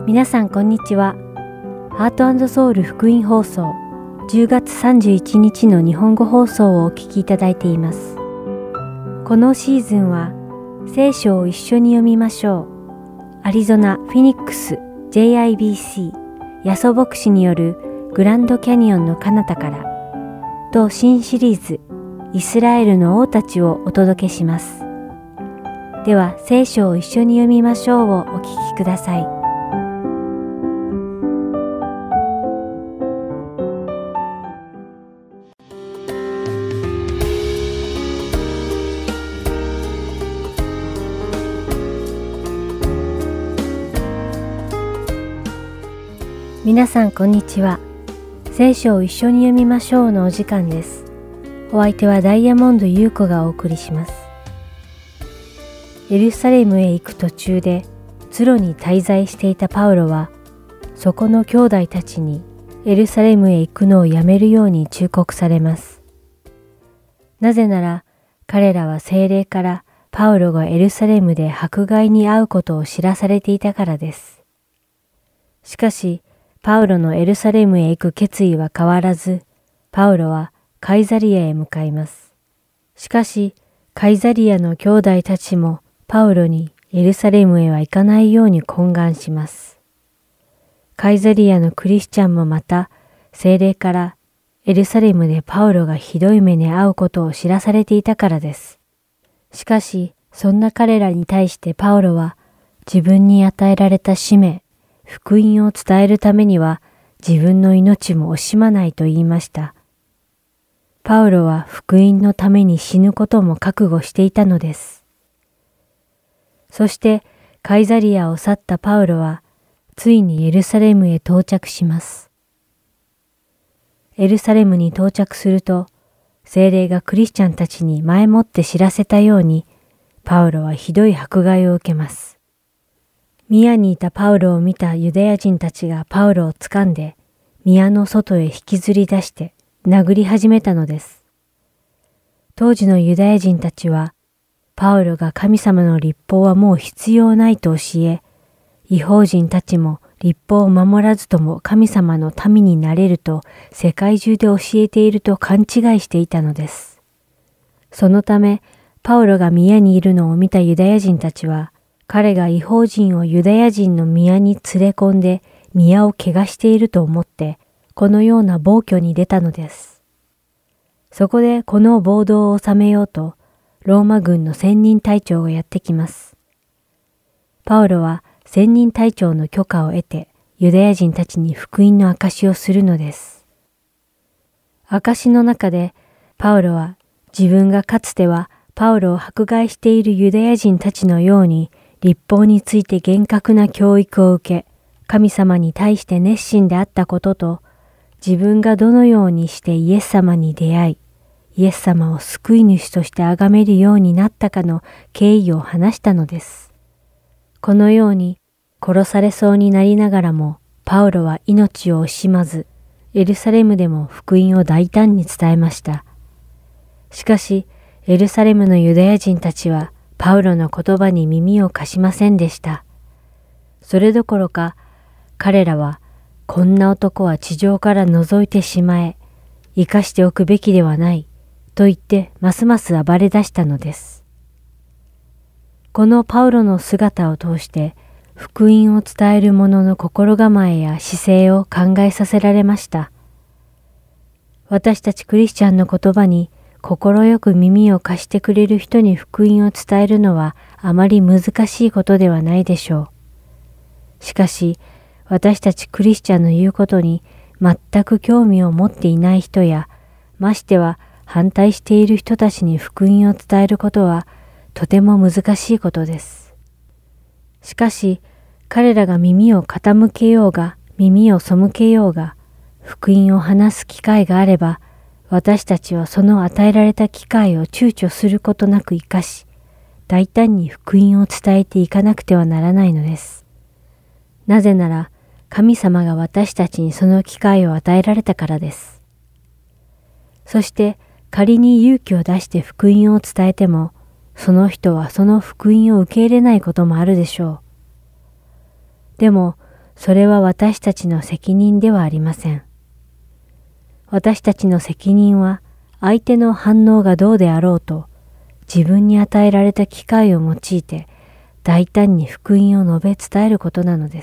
皆さんこんにちは。ハート&ソウル福音放送10月31日の日本語放送をお聞きいただいています。このシーズンは聖書を一緒に読みましょう。アリゾナ・フィニックス JIBC ヤソ牧師によるグランドキャニオンの彼方からと新シリーズイスラエルの王たちをお届けします。では聖書を一緒に読みましょうをお聞きください。皆さんこんにちは。聖書を一緒に読みましょうのお時間です。お相手はダイヤモンド優子がお送りします。エルサレムへ行く途中でツロに滞在していたパウロは、そこの兄弟たちにエルサレムへ行くのをやめるように忠告されます。なぜなら彼らは聖霊からパウロがエルサレムで迫害に遭うことを知らされていたからです。しかし、パウロのエルサレムへ行く決意は変わらず、パウロはカイザリアへ向かいます。しかし、カイザリアの兄弟たちもパウロにエルサレムへは行かないように懇願します。カイザリアのクリスチャンもまた、聖霊からエルサレムでパウロがひどい目に遭うことを知らされていたからです。しかし、そんな彼らに対してパウロは自分に与えられた使命、福音を伝えるためには自分の命も惜しまないと言いました。パウロは福音のために死ぬことも覚悟していたのです。そしてカイザリアを去ったパウロはついにエルサレムへ到着します。エルサレムに到着すると、聖霊がクリスチャンたちに前もって知らせたように、パウロはひどい迫害を受けます。宮にいたパウロを見たユダヤ人たちがパウロを掴んで、宮の外へ引きずり出して殴り始めたのです。当時のユダヤ人たちは、パウロが神様の律法はもう必要ないと教え、異邦人たちも律法を守らずとも神様の民になれると世界中で教えていると勘違いしていたのです。そのため、パウロが宮にいるのを見たユダヤ人たちは、彼が異邦人をユダヤ人の宮に連れ込んで宮を汚していると思って、このような暴挙に出たのです。そこでこの暴動を収めようと、ローマ軍の千人隊長がやってきます。パウロは千人隊長の許可を得て、ユダヤ人たちに福音の証しをするのです。証しの中で、パウロは自分がかつてはパウロを迫害しているユダヤ人たちのように、律法について厳格な教育を受け、神様に対して熱心であったことと、自分がどのようにしてイエス様に出会い、イエス様を救い主として崇めるようになったかの経緯を話したのです。このように殺されそうになりながらも、パウロは命を惜しまず、エルサレムでも福音を大胆に伝えました。しかし、エルサレムのユダヤ人たちは、パウロの言葉に耳を貸しませんでした。それどころか、彼らは、こんな男は地上から除いてしまえ、生かしておくべきではない、と言ってますます暴れ出したのです。このパウロの姿を通して、福音を伝える者の心構えや姿勢を考えさせられました。私たちクリスチャンの言葉に、心よく耳を貸してくれる人に福音を伝えるのはあまり難しいことではないでしょう。しかし、私たちクリスチャンの言うことに全く興味を持っていない人や、ましては反対している人たちに福音を伝えることはとても難しいことです。しかし、彼らが耳を傾けようが、耳を背けようが、福音を話す機会があれば、私たちはその与えられた機会を躊躇することなく生かし、大胆に福音を伝えていかなくてはならないのです。なぜなら、神様が私たちにその機会を与えられたからです。そして仮に勇気を出して福音を伝えても、その人はその福音を受け入れないこともあるでしょう。でも、 それは私たちの責任ではありません。私たちの責任は相手の反応がどうであろうと、自分に与えられた機会を用いて大胆に福音を述べ伝えることなのです。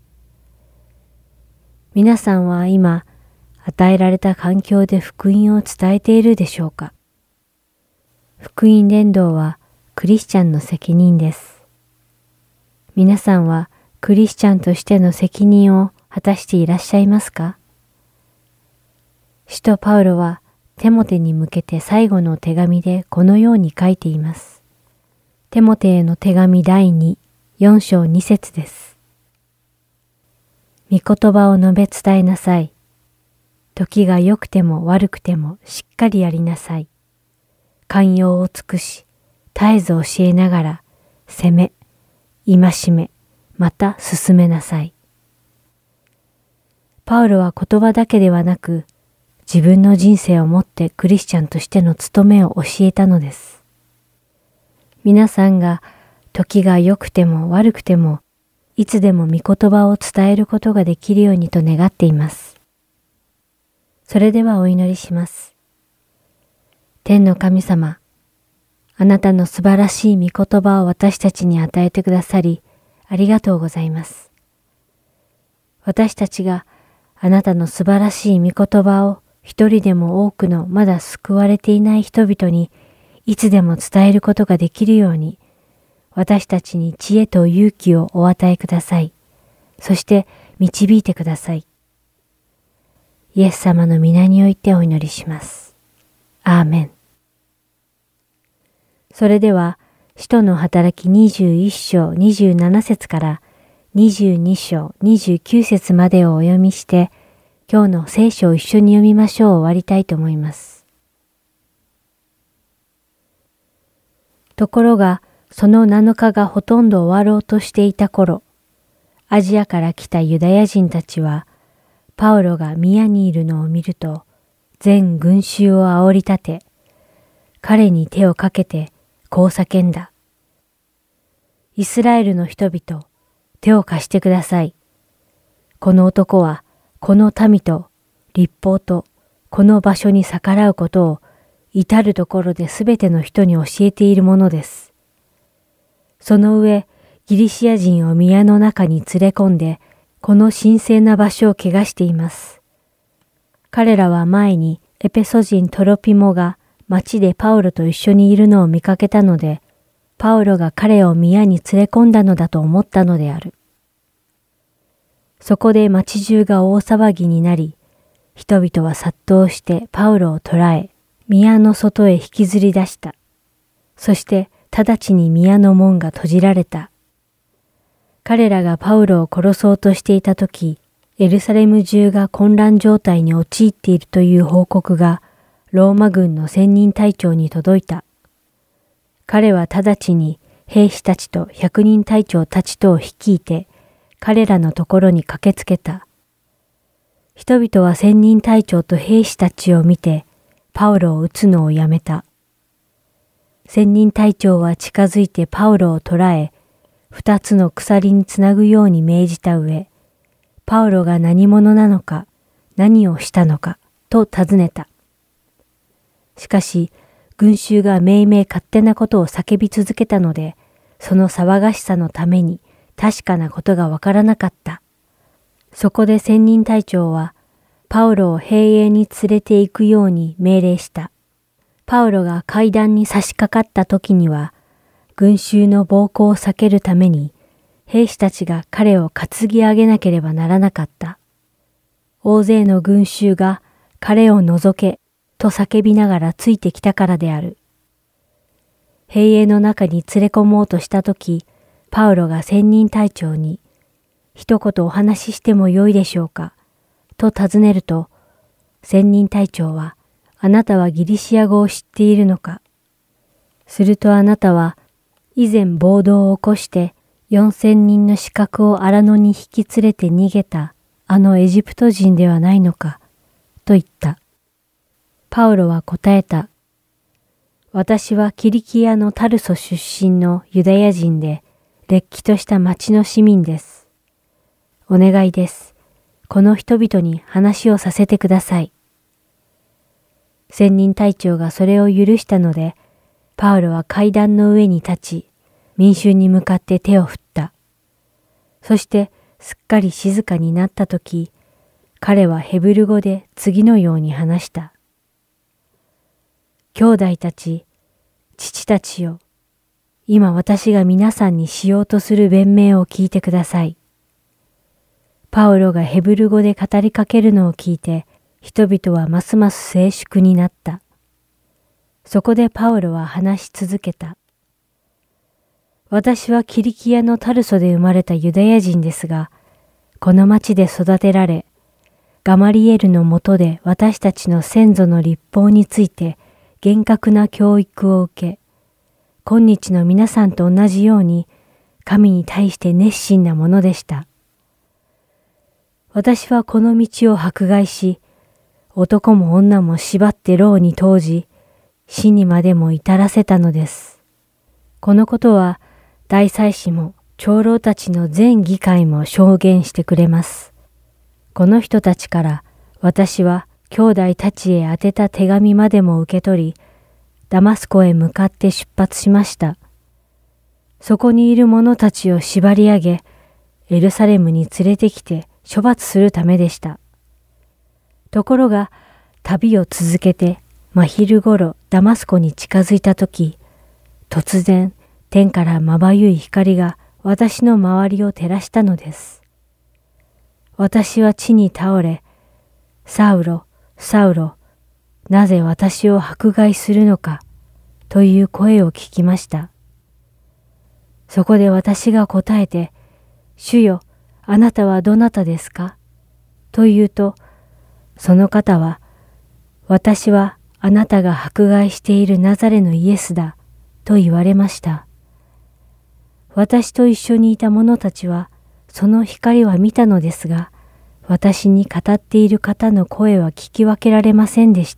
皆さんは今、与えられた環境で福音を伝えているでしょうか？福音伝道はクリスチャンの責任です。皆さんはクリスチャンとしての責任を果たしていらっしゃいますか？使徒パウロはテモテに向けて最後の手紙でこのように書いています。テモテへの手紙第2、4章2節です。御言葉を述べ伝えなさい。時が良くても悪くてもしっかりやりなさい。寛容を尽くし、絶えず教えながら、責め、戒め、また進めなさい。パウロは言葉だけではなく、自分の人生をもってクリスチャンとしての務めを教えたのです。皆さんが時が良くても悪くても、いつでも御言葉を伝えることができるようにと願っています。それではお祈りします。天の神様、あなたの素晴らしい御言葉を私たちに与えてくださり、ありがとうございます。私たちがあなたの素晴らしい御言葉を一人でも多くのまだ救われていない人々にいつでも伝えることができるように、私たちに知恵と勇気をお与えください。そして導いてください。イエス様の皆においてお祈りします。アーメン。それでは、使徒の働き21章27節から22章29節までをお読みして、今日の聖書を一緒に読みましょう終わりたいと思います。ところが、その7日がほとんど終わろうとしていた頃、アジアから来たユダヤ人たちは、パウロが宮にいるのを見ると、全群衆を煽り立て、彼に手をかけてこう叫んだ。イスラエルの人々、手を貸してください。この男は、この民と律法とこの場所に逆らうことを至るところですべての人に教えているものです。その上、ギリシア人を宮の中に連れ込んで、この神聖な場所を汚しています。彼らは前にエペソ人トロピモが町でパウロと一緒にいるのを見かけたので、パウロが彼を宮に連れ込んだのだと思ったのである。そこで町中が大騒ぎになり、人々は殺到してパウロを捕らえ、宮の外へ引きずり出した。そして直ちに宮の門が閉じられた。彼らがパウロを殺そうとしていたとき、エルサレム中が混乱状態に陥っているという報告がローマ軍の千人隊長に届いた。彼は直ちに兵士たちと百人隊長たちとを率いて彼らのところに駆けつけた。人々は千人隊長と兵士たちを見てパウロを撃つのをやめた。千人隊長は近づいてパウロを捕らえ、二つの鎖につなぐように命じた上、パウロが何者なのか、何をしたのか、と尋ねた。しかし、群衆がめいめい勝手なことを叫び続けたので、その騒がしさのために確かなことがわからなかった。そこで千人隊長は、パウロを兵営に連れて行くように命令した。パウロが階段に差し掛かった時には、群衆の暴行を避けるために、兵士たちが彼を担ぎ上げなければならなかった。大勢の群衆が彼を除けと叫びながらついてきたからである。兵営の中に連れ込もうとしたとき、パウロが千人隊長に、一言お話ししてもよいでしょうか、と尋ねると、千人隊長は、あなたはギリシア語を知っているのか。するとあなたは、以前暴動を起こして4000人の刺客を荒野に引き連れて逃げたあのエジプト人ではないのか、と言った。パウロは答えた。私はキリキアのタルソ出身のユダヤ人で、れっきとした町の市民です。 お願いです。この人々に話をさせてください。千人隊長がそれを許したので、パウロは階段の上に立ち、民衆に向かって手を振った。そしてすっかり静かになったとき、彼はヘブル語で次のように話した。兄弟たち、父たちよ、今私が皆さんにしようとする弁明を聞いてください。パウロがヘブル語で語りかけるのを聞いて、人々はますます静粛になった。そこでパウロは話し続けた。私はキリキアのタルソで生まれたユダヤ人ですが、この町で育てられ、ガマリエルのもとで私たちの先祖の律法について厳格な教育を受け、今日の皆さんと同じように神に対して熱心なものでした。私はこの道を迫害し、男も女も縛って牢に投じ、死にまでも至らせたのです。このことは大祭司も長老たちの全議会も証言してくれます。この人たちから私は兄弟たちへ宛てた手紙までも受け取り、ダマスコへ向かって出発しました。そこにいる者たちを縛り上げ、エルサレムに連れてきて処罰するためでした。ところが、旅を続けて真昼ごろダマスコに近づいたとき、突然天からまばゆい光が私の周りを照らしたのです。私は地に倒れ、サウロ、サウロ、なぜ私を迫害するのか、という声を聞きました。そこで私が答えて、主よ、あなたはどなたですかと言うと、その方は、私はあなたが迫害しているナザレのイエスだ、と言われました。私と一緒にいた者たちは、その光は見たのですが、私に語っている方の声は聞き分けられませんでした。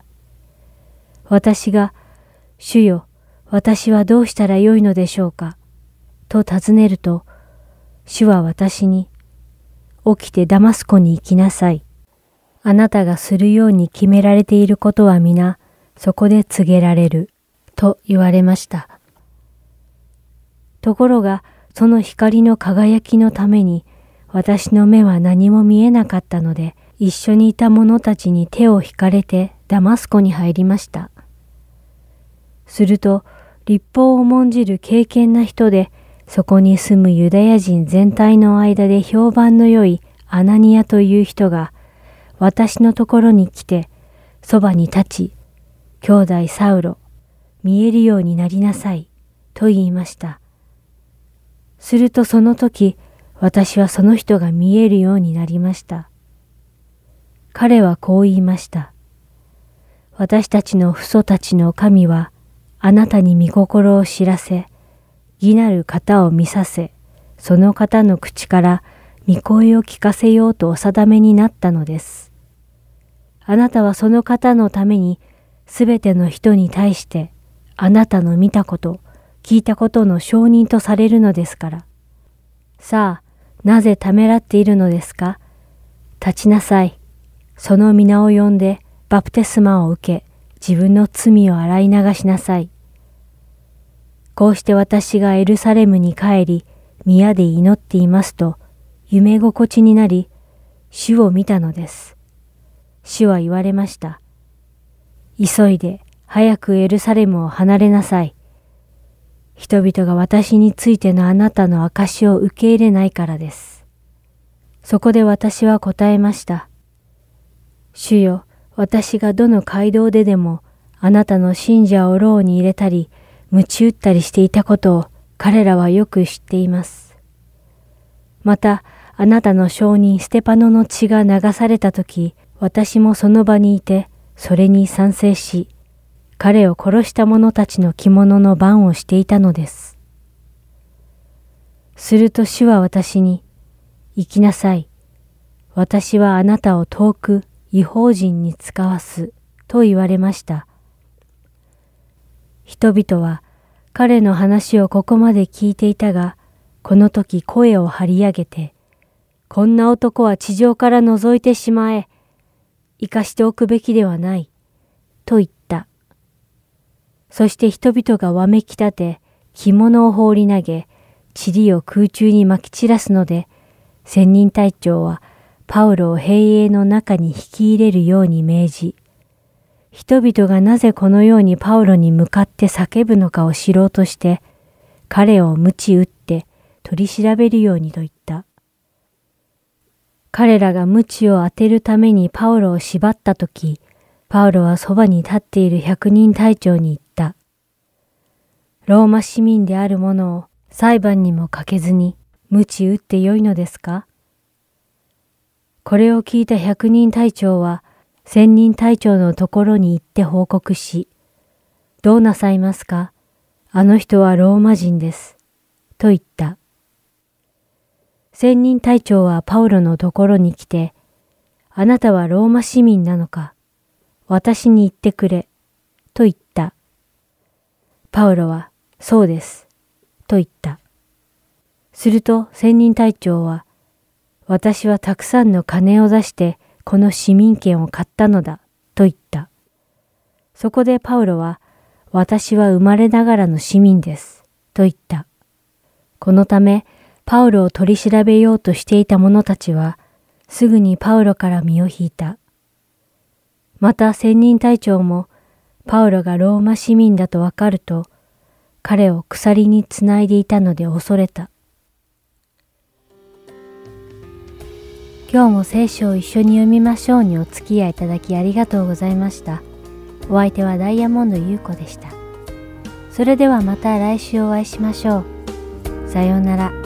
私が、主よ、私はどうしたらよいのでしょうか、と尋ねると、主は私に、起きてダマスコに行きなさい。あなたがするように決められていることは皆、そこで告げられる、と言われました。ところが、その光の輝きのために、私の目は何も見えなかったので、一緒にいた者たちに手を引かれてダマスコに入りました。すると、律法を重んじる敬虔な人で、そこに住むユダヤ人全体の間で評判の良いアナニアという人が、私のところに来て、そばに立ち、兄弟サウロ、見えるようになりなさい、と言いました。するとその時、私はその人が見えるようになりました。彼はこう言いました。私たちの父祖たちの神は、あなたに御心を知らせ、義なる方を見させ、その方の口から御声を聞かせようとお定めになったのです。あなたはその方のために、すべての人に対して、あなたの見たこと、聞いたことの証人とされるのですから。さあ、なぜためらっているのですか？立ちなさい。その皆を呼んで、バプテスマを受け、自分の罪を洗い流しなさい。こうして私がエルサレムに帰り、宮で祈っていますと、夢心地になり、主を見たのです。主は言われました。急いで、早くエルサレムを離れなさい。人々が私についてのあなたの証を受け入れないからです。そこで私は答えました。主よ、私がどの街道ででも、あなたの信者を牢に入れたり、鞭打ったりしていたことを彼らはよく知っています。また、あなたの証人ステパノの血が流されたとき、私もその場にいて、それに賛成し、彼を殺した者たちの着物の番をしていたのです。すると主は私に、行きなさい。私はあなたを遠く異邦人に使わす、と言われました。人々は彼の話をここまで聞いていたが、この時声を張り上げて、 こんな男は地上から除いてしまえ。生かしておくべきではない。と言った。そして人々がわめき立て、着物を放り投げ、塵を空中に撒き散らすので、千人隊長はパウロを兵営の中に引き入れるように命じ、人々がなぜこのようにパウロに向かって叫ぶのかを知ろうとして、彼を鞭打って取り調べるようにと言った。彼らが鞭を当てるためにパウロを縛ったとき、パウロはそばに立っている百人隊長に言った。ローマ市民である者を裁判にもかけずに鞭打ってよいのですか？これを聞いた百人隊長は千人隊長のところに行って報告し、どうなさいますか？あの人はローマ人です。と言った。千人隊長はパウロのところに来て、あなたはローマ市民なのか？私に言ってくれ。と言った。パウロは、そうです。と言った。すると千人隊長は、私はたくさんの金を出してこの市民権を買ったのだ。と言った。そこでパウロは、私は生まれながらの市民です。と言った。このため、パウロを取り調べようとしていた者たちは、すぐにパウロから身を引いた。また千人隊長も、パウロがローマ市民だとわかると、彼を鎖につないでいたので恐れた。今日も聖書を一緒に読みましょうにお付き合いいただきありがとうございました。お相手はダイヤモンド優子でした。それではまた来週お会いしましょう。さようなら。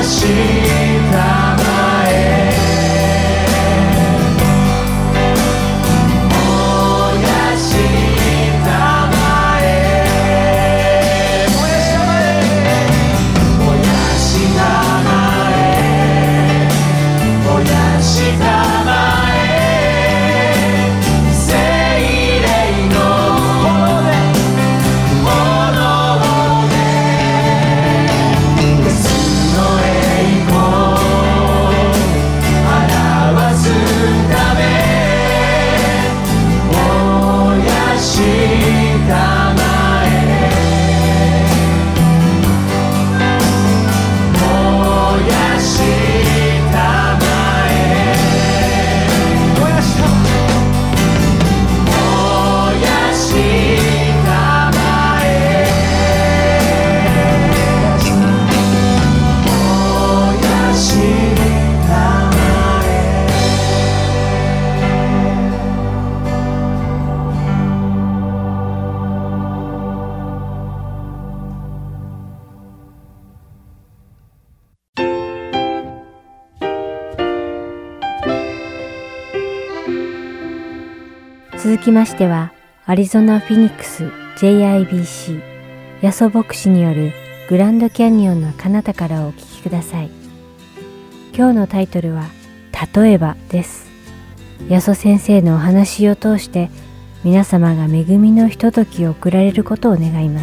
続きましては、アリゾナ・フィニックス JIBC ヤソ牧師によるグランドキャニオンの彼方からお聞きください。今日のタイトルは例えばです。ヤソ先生のお話を通して皆様が恵みのひとときを送られることを願います。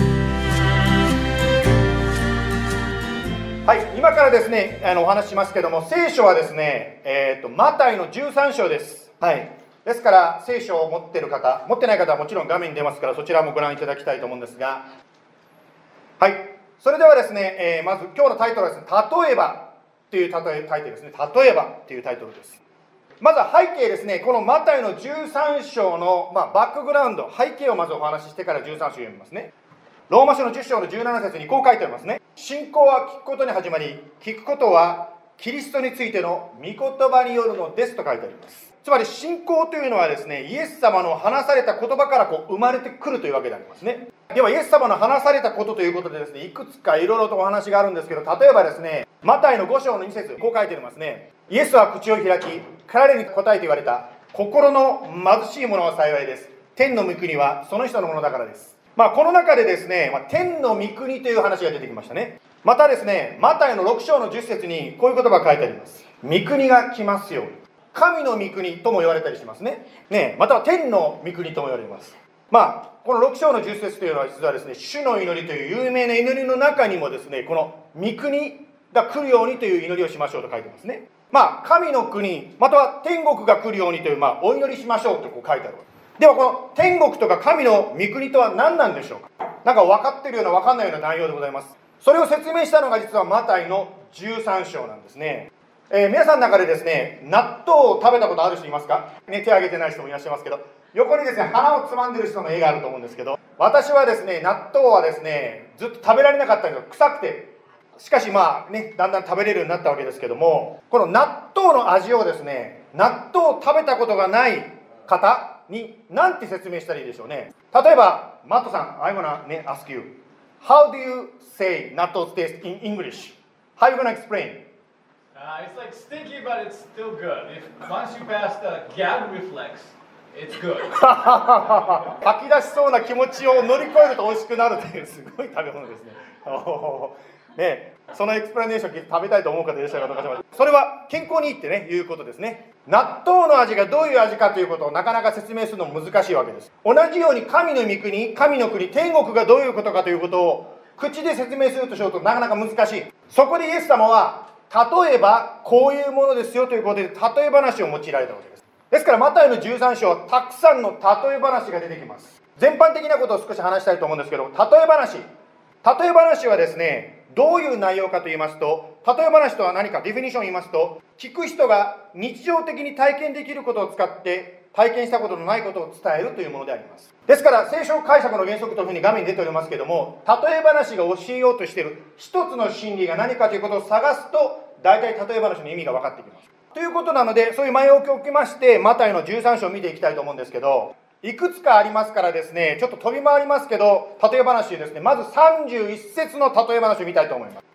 はい、今からですねお話ししますけども、聖書はですね、マタイの13章です。はい、ですから聖書を持っている方、持ってない方はもちろん画面に出ますからそちらもご覧いただきたいと思うんですが、はい、それではですね、まず今日のタイトルはですね、例えばというタイトルですね。例えばというタイトルです。まずは背景ですね。このマタイの13章の、バックグラウンド、背景をまずお話ししてから13章を読みますね。ローマ書の10章の17節にこう書いてありますね。信仰は聞くことに始まり、聞くことはキリストについての御言葉によるのですと書いてあります。つまり信仰というのはですね、イエス様の話された言葉から生まれてくるというわけでありますね。ではイエス様の話されたことということでですね、いくつかいろいろとお話があるんですけど、例えばですね、マタイの5章の2節こう書いてありますね。イエスは口を開き、彼に答えて言われた。心の貧しい者は幸いです。天の御国はその人のものだからです。この中でですね、天の御国という話が出てきましたね。またですね、マタイの6章の10節にこういう言葉が書いてあります。御国が来ますように。神の御国とも言われたりしますね。または天の御国とも言われます。この6章の10節というのは実はですね、主の祈りという有名な祈りの中にもですね、この御国が来るようにという祈りをしましょうと書いてますね。神の国、または天国が来るようにという、お祈りしましょうと書いてあるわけです。ではこの天国とか神の御国とは何なんでしょうか。なんか分かってるような分かんないような内容でございます。それを説明したのが実はマタイの13章なんですね。皆さんの中でですね、納豆を食べたことある人いますか？手を挙げてない人もいらっしゃいますけど、横にですね、鼻をつまんでる人の絵があると思うんですけど、私はですね、納豆はですね、ずっと食べられなかったんですよ。臭くて。しかしだんだん食べれるようになったわけですけども、この納豆の味をですね、納豆を食べたことがない方に何て説明したらいいでしょうね。例えば、マットさん、I wanna ask you, how do you say natto taste in English? How are you gonna explain? It's like stinky, but it's still good. Once you pass the gag reflex, it's good. 吐き出しそうな気持ちを乗り越えると美味しくなるというすごい食べ物ですね。そのエクスプラネーション食べたいと思う方いらっしゃるかどうかしら。それは健康にいいっていうことですね。納豆の味がどういう味かということをなかなか説明するのも難しいわけです。同じように神の御国、神の国、天国がどういうことかということを口で説明するとしようとなかなか難しい。そこでイエス様は例えばこういうものですよということで例え話を用いられたわけです。ですからマタイの13章はたくさんの例え話が出てきます。全般的なことを少し話したいと思うんですけど、例え話はですね、どういう内容かと言いますと、例え話とは何かディフィニッションを言いますと、聞く人が日常的に体験できることを使って体験したことのないことを伝えるというものであります。ですから聖書解釈の原則というふうに画面に出ておりますけども、例え話が教えようとしている一つの真理が何かということを探すと、大体例え話の意味が分かってきます。ということなので、そういう前置きを置きましてマタイの13章を見ていきたいと思うんですけど、いくつかありますからですね、ちょっと飛び回りますけど、例え話ですね、まず31節の例え話を見たいと思います。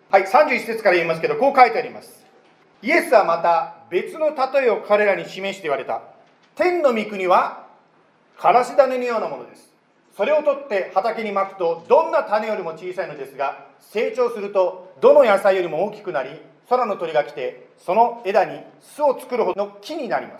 はい、31節から言いますけど、こう書いてあります。イエスはまた別の例えを彼らに示して言われた。天の御国はからし種のようなものです。それを取って畑にまくと、どんな種よりも小さいのですが、成長するとどの野菜よりも大きくなり、空の鳥が来てその枝に巣を作るほどの木になります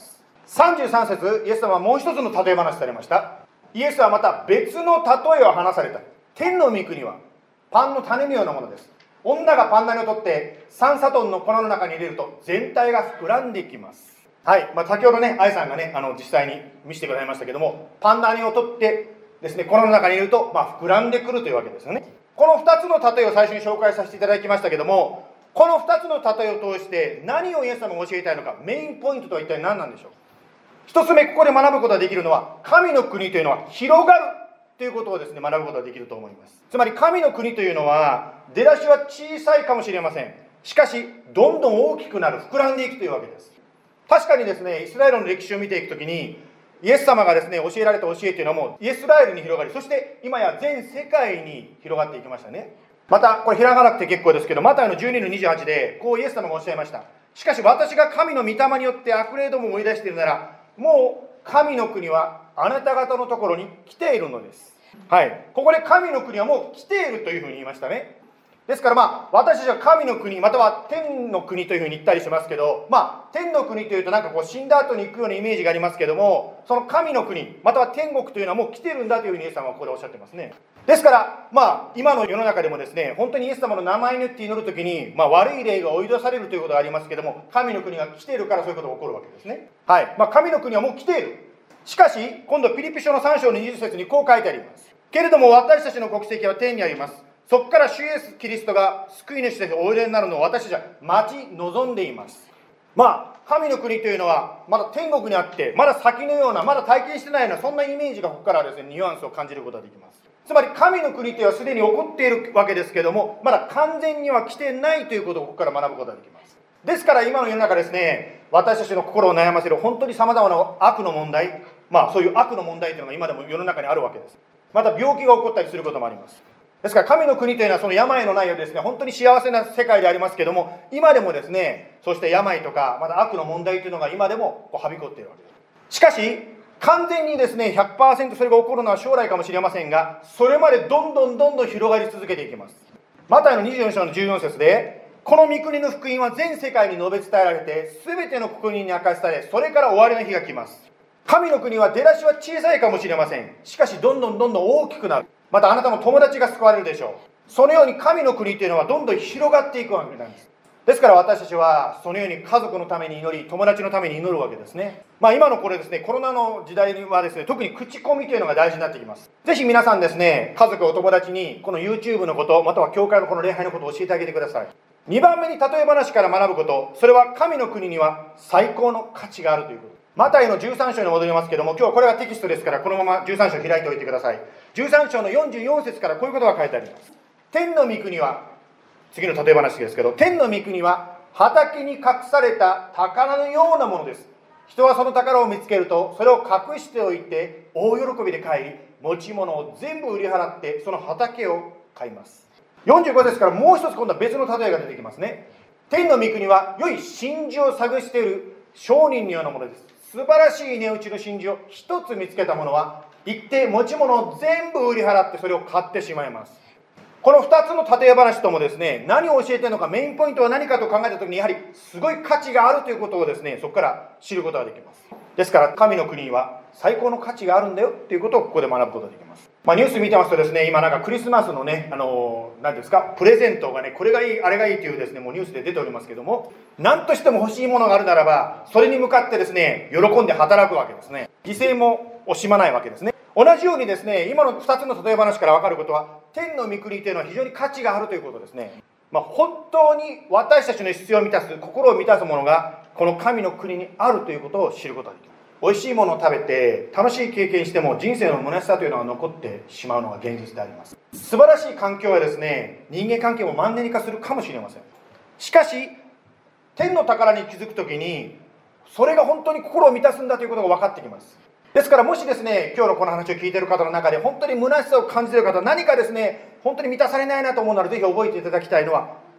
。33節、イエス様はもう一つの例え話されました。イエスはまた別の例えを話された。天の御国はパンの種のようなものです。女がパン種を取って3サトンの粉の中に入れると全体が膨らんでいきます。はい、先ほどね、愛さんがね、実際に見せてくださいましたけども、パン種を取ってですね、粉の中に入れると、膨らんでくるというわけですよね。この2つの例えを最初に紹介させていただきましたけども、この2つの例えを通して何をイエス様が教えたいのか、メインポイントとは一体何なんでしょう。一つ目、ここで学ぶことができるのは、神の国というのは広がるということをですね、学ぶことができると思います。つまり神の国というのは、出だしは小さいかもしれません。しかし、どんどん大きくなる、膨らんでいくというわけです。確かにですね、イスラエルの歴史を見ていくときに、イエス様がですね、教えられた教えというのも、イスラエルに広がり、そして今や全世界に広がっていきましたね。また、これ開かなくて結構ですけど、マタイの12の28で、こうイエス様がおっしゃいました。しかし私が神の御霊によって悪霊どもを追い出しているなら、もう神の国はあなた方のところに来ているのです。はい。ここで神の国はもう来ているというふうに言いましたね。ですから私たちは神の国、または天の国というふうに言ったりしますけど、天の国というとなんかこう死んだ後に行くようなイメージがありますけども、その神の国、または天国というのはもう来てるんだというふうにイエス様はここでおっしゃってますね。ですから今の世の中でもですね、本当にイエス様の名前によって祈るときに、悪い霊が追い出されるということがありますけども、神の国が来ているからそういうことが起こるわけですね。はい。神の国はもう来ている。しかし今度ピリピ書の3章の20節にこう書いてあります。けれども私たちの国籍は天にあります。そこから主イエスキリストが救い主としておいでになるのを私たちは待ち望んでいます。神の国というのはまだ天国にあって、まだ先のような、まだ体験してないような、そんなイメージがここからですね、ニュアンスを感じることができます。つまり神の国というのはすでに起こっているわけですけども、まだ完全には来てないということをここから学ぶことができます。ですから今の世の中ですね、私たちの心を悩ませる本当に様々な悪の問題、そういう悪の問題というのが今でも世の中にあるわけです。また病気が起こったりすることもあります。ですから神の国というのはその病のないようですね、本当に幸せな世界でありますけども、今でもですね、そして病とかまた悪の問題というのが今でもはびこっているわけです。しかし完全にですね 100% それが起こるのは将来かもしれませんが、それまでどんどん広がり続けていきます。マタイの24章の14節で、この御国の福音は全世界に述べ伝えられて、全ての国民に明かしされ、それから終わりの日が来ます。神の国は出だしは小さいかもしれません。しかしどんどん大きくなる。またあなたの友達が救われるでしょう。そのように神の国というのはどんどん広がっていくわけなんです。ですから私たちはそのように家族のために祈り、友達のために祈るわけですね。今のこれですね、コロナの時代はですね、特に口コミというのが大事になってきます。ぜひ皆さんですね、家族お友達にこの YouTube のこと、または教会のこの礼拝のことを教えてあげてください。2番目に例え話から学ぶこと、それは神の国には最高の価値があるということ。マタイの13章に戻りますけども、今日はこれがテキストですから、このまま13章開いておいてください。13章の44節からこういうことが書いてあります。天の御国は、次の例え話ですけど、天の御国は畑に隠された宝のようなものです。人はその宝を見つけると、それを隠しておいて大喜びで帰り、持ち物を全部売り払ってその畑を買います。45節からもう一つ今度は別の例えが出てきますね。天の御国は良い真珠を探している商人のようなものです。素晴らしい値打ちの真珠を一つ見つけた者は、行って持ち物を全部売り払ってそれを買ってしまいます。この2つの例え話ともですね、何を教えているのか、メインポイントは何かと考えたときに、やはりすごい価値があるということをですね、そこから知ることができます。ですから神の国には最高の価値があるんだよということをここで学ぶことができます。ニュース見てますとですね、今なんかクリスマスのね、何ですか、プレゼントがね、これがいいあれがいいというですね、もうニュースで出ておりますけども、何としても欲しいものがあるならば、それに向かってですね、喜んで働くわけですね。犠牲も惜しまないわけですね。同じようにですね、今の2つの例え話から分かることは、天の御国というのは非常に価値があるということですね。本当に私たちの必要を満たす、心を満たすものがこの神の国にあるということを知ることができます。美味しいものを食べて楽しい経験しても人生の虚しさというのが残ってしまうのが現実であります。素晴らしい環境はですね、人間関係もマンネリ化するかもしれません。しかし天の宝に気づくときに、それが本当に心を満たすんだということが分かってきます。ですからもしですね、今日のこの話を聞いている方の中で本当に虚しさを感じている方、何かですね、本当に満たされないなと思うなら、ぜひ覚えていただきたいのは、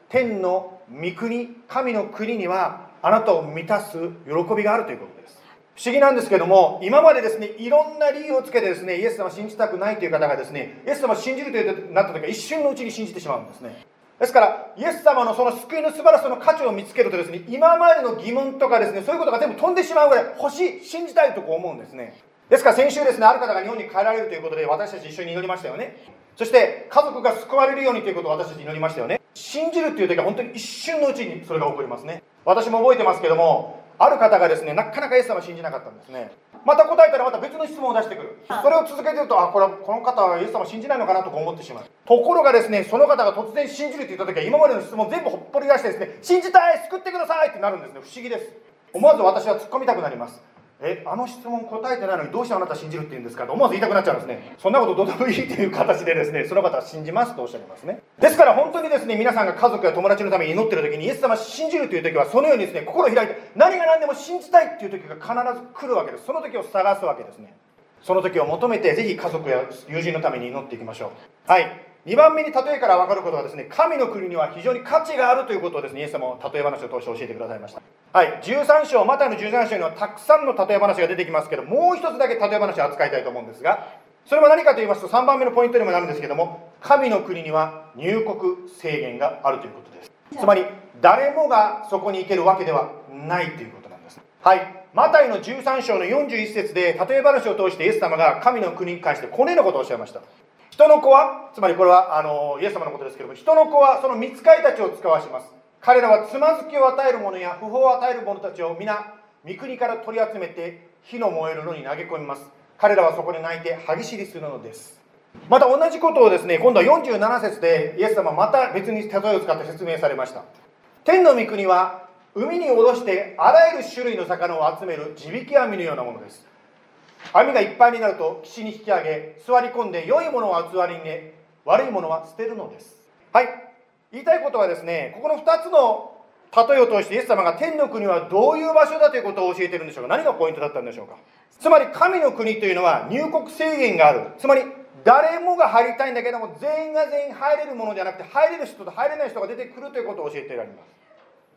天の御国、神の国にはあなたを満たす喜びがあるということです。不思議なんですけども、今までですね、いろんな理由をつけてですね、イエス様を信じたくないという方がですね、イエス様を信じるというなった時は一瞬のうちに信じてしまうんですね。ですからイエス様のその救いの素晴らしさの価値を見つけるとですね、今までの疑問とかですね、そういうことが全部飛んでしまうぐらい欲しい、信じたいと思うんですね。ですから先週ですね、ある方が日本に帰られるということで私たち一緒に祈りましたよね。そして家族が救われるようにということを私たち祈りましたよね。信じるという時は本当に一瞬のうちにそれが起こりますね。私も覚えてますけども、ある方がですね、なかなかイエス様を信じなかったんですね。また答えたらまた別の質問を出してくる。それを続けていると、この方はイエス様を信じないのかなと思ってしまう。ところがですね、その方が突然信じると言った時は、今までの質問を全部ほっぽり出してですね、信じたい、救ってくださいってなるんですね。不思議です。思わず私は突っ込みたくなります。あの質問答えてないのにどうしてあなた信じるって言うんですかと思わず言いたくなっちゃうんですね。そんなことどうでもいいという形でですね、その方は信じますとおっしゃいますね。ですから本当にですね、皆さんが家族や友達のために祈っている時にイエス様を信じるという時は、そのようにですね、心を開いて何が何でも信じたいっていう時が必ず来るわけです。その時を探すわけですね。その時を求めてぜひ家族や友人のために祈っていきましょう。はい。2番目に例えから分かることはですね、神の国には非常に価値があるということをですね、イエス様は例え話を通して教えてくださいました。はい、13章、マタイの13章にはたくさんの例え話が出てきますけど、もう一つだけ例え話を扱いたいと思うんですが、それは何かと言いますと、3番目のポイントにもなるんですけども、神の国には入国制限があるということです。つまり誰もがそこに行けるわけではないということなんです。はい、マタイの13章の41節で例え話を通してイエス様が神の国に関してこのようなことをおっしゃいました。人の子は、つまりこれはイエス様のことですけれども、人の子はその御使いたちを使わします。彼らはつまずきを与える者や不法を与える者たちを皆御国から取り集めて火の燃える炉に投げ込みます。彼らはそこで泣いて歯ぎしりするのです。また同じことをですね、今度は47節でイエス様はまた別に例えを使って説明されました。天の御国は海に下ろしてあらゆる種類の魚を集める地引き網のようなものです。網がいっぱいになると岸に引き上げ、座り込んで良いものは器に入れ、悪いものは捨てるのです。はい、言いたいことはですね、ここの2つの例えを通してイエス様が天の国はどういう場所だということを教えているんでしょうか。何がポイントだったんでしょうか。つまり神の国というのは入国制限がある。つまり誰もが入りたいんだけども、全員が全員入れるものではなくて、入れる人と入れない人が出てくるということを教えておられます。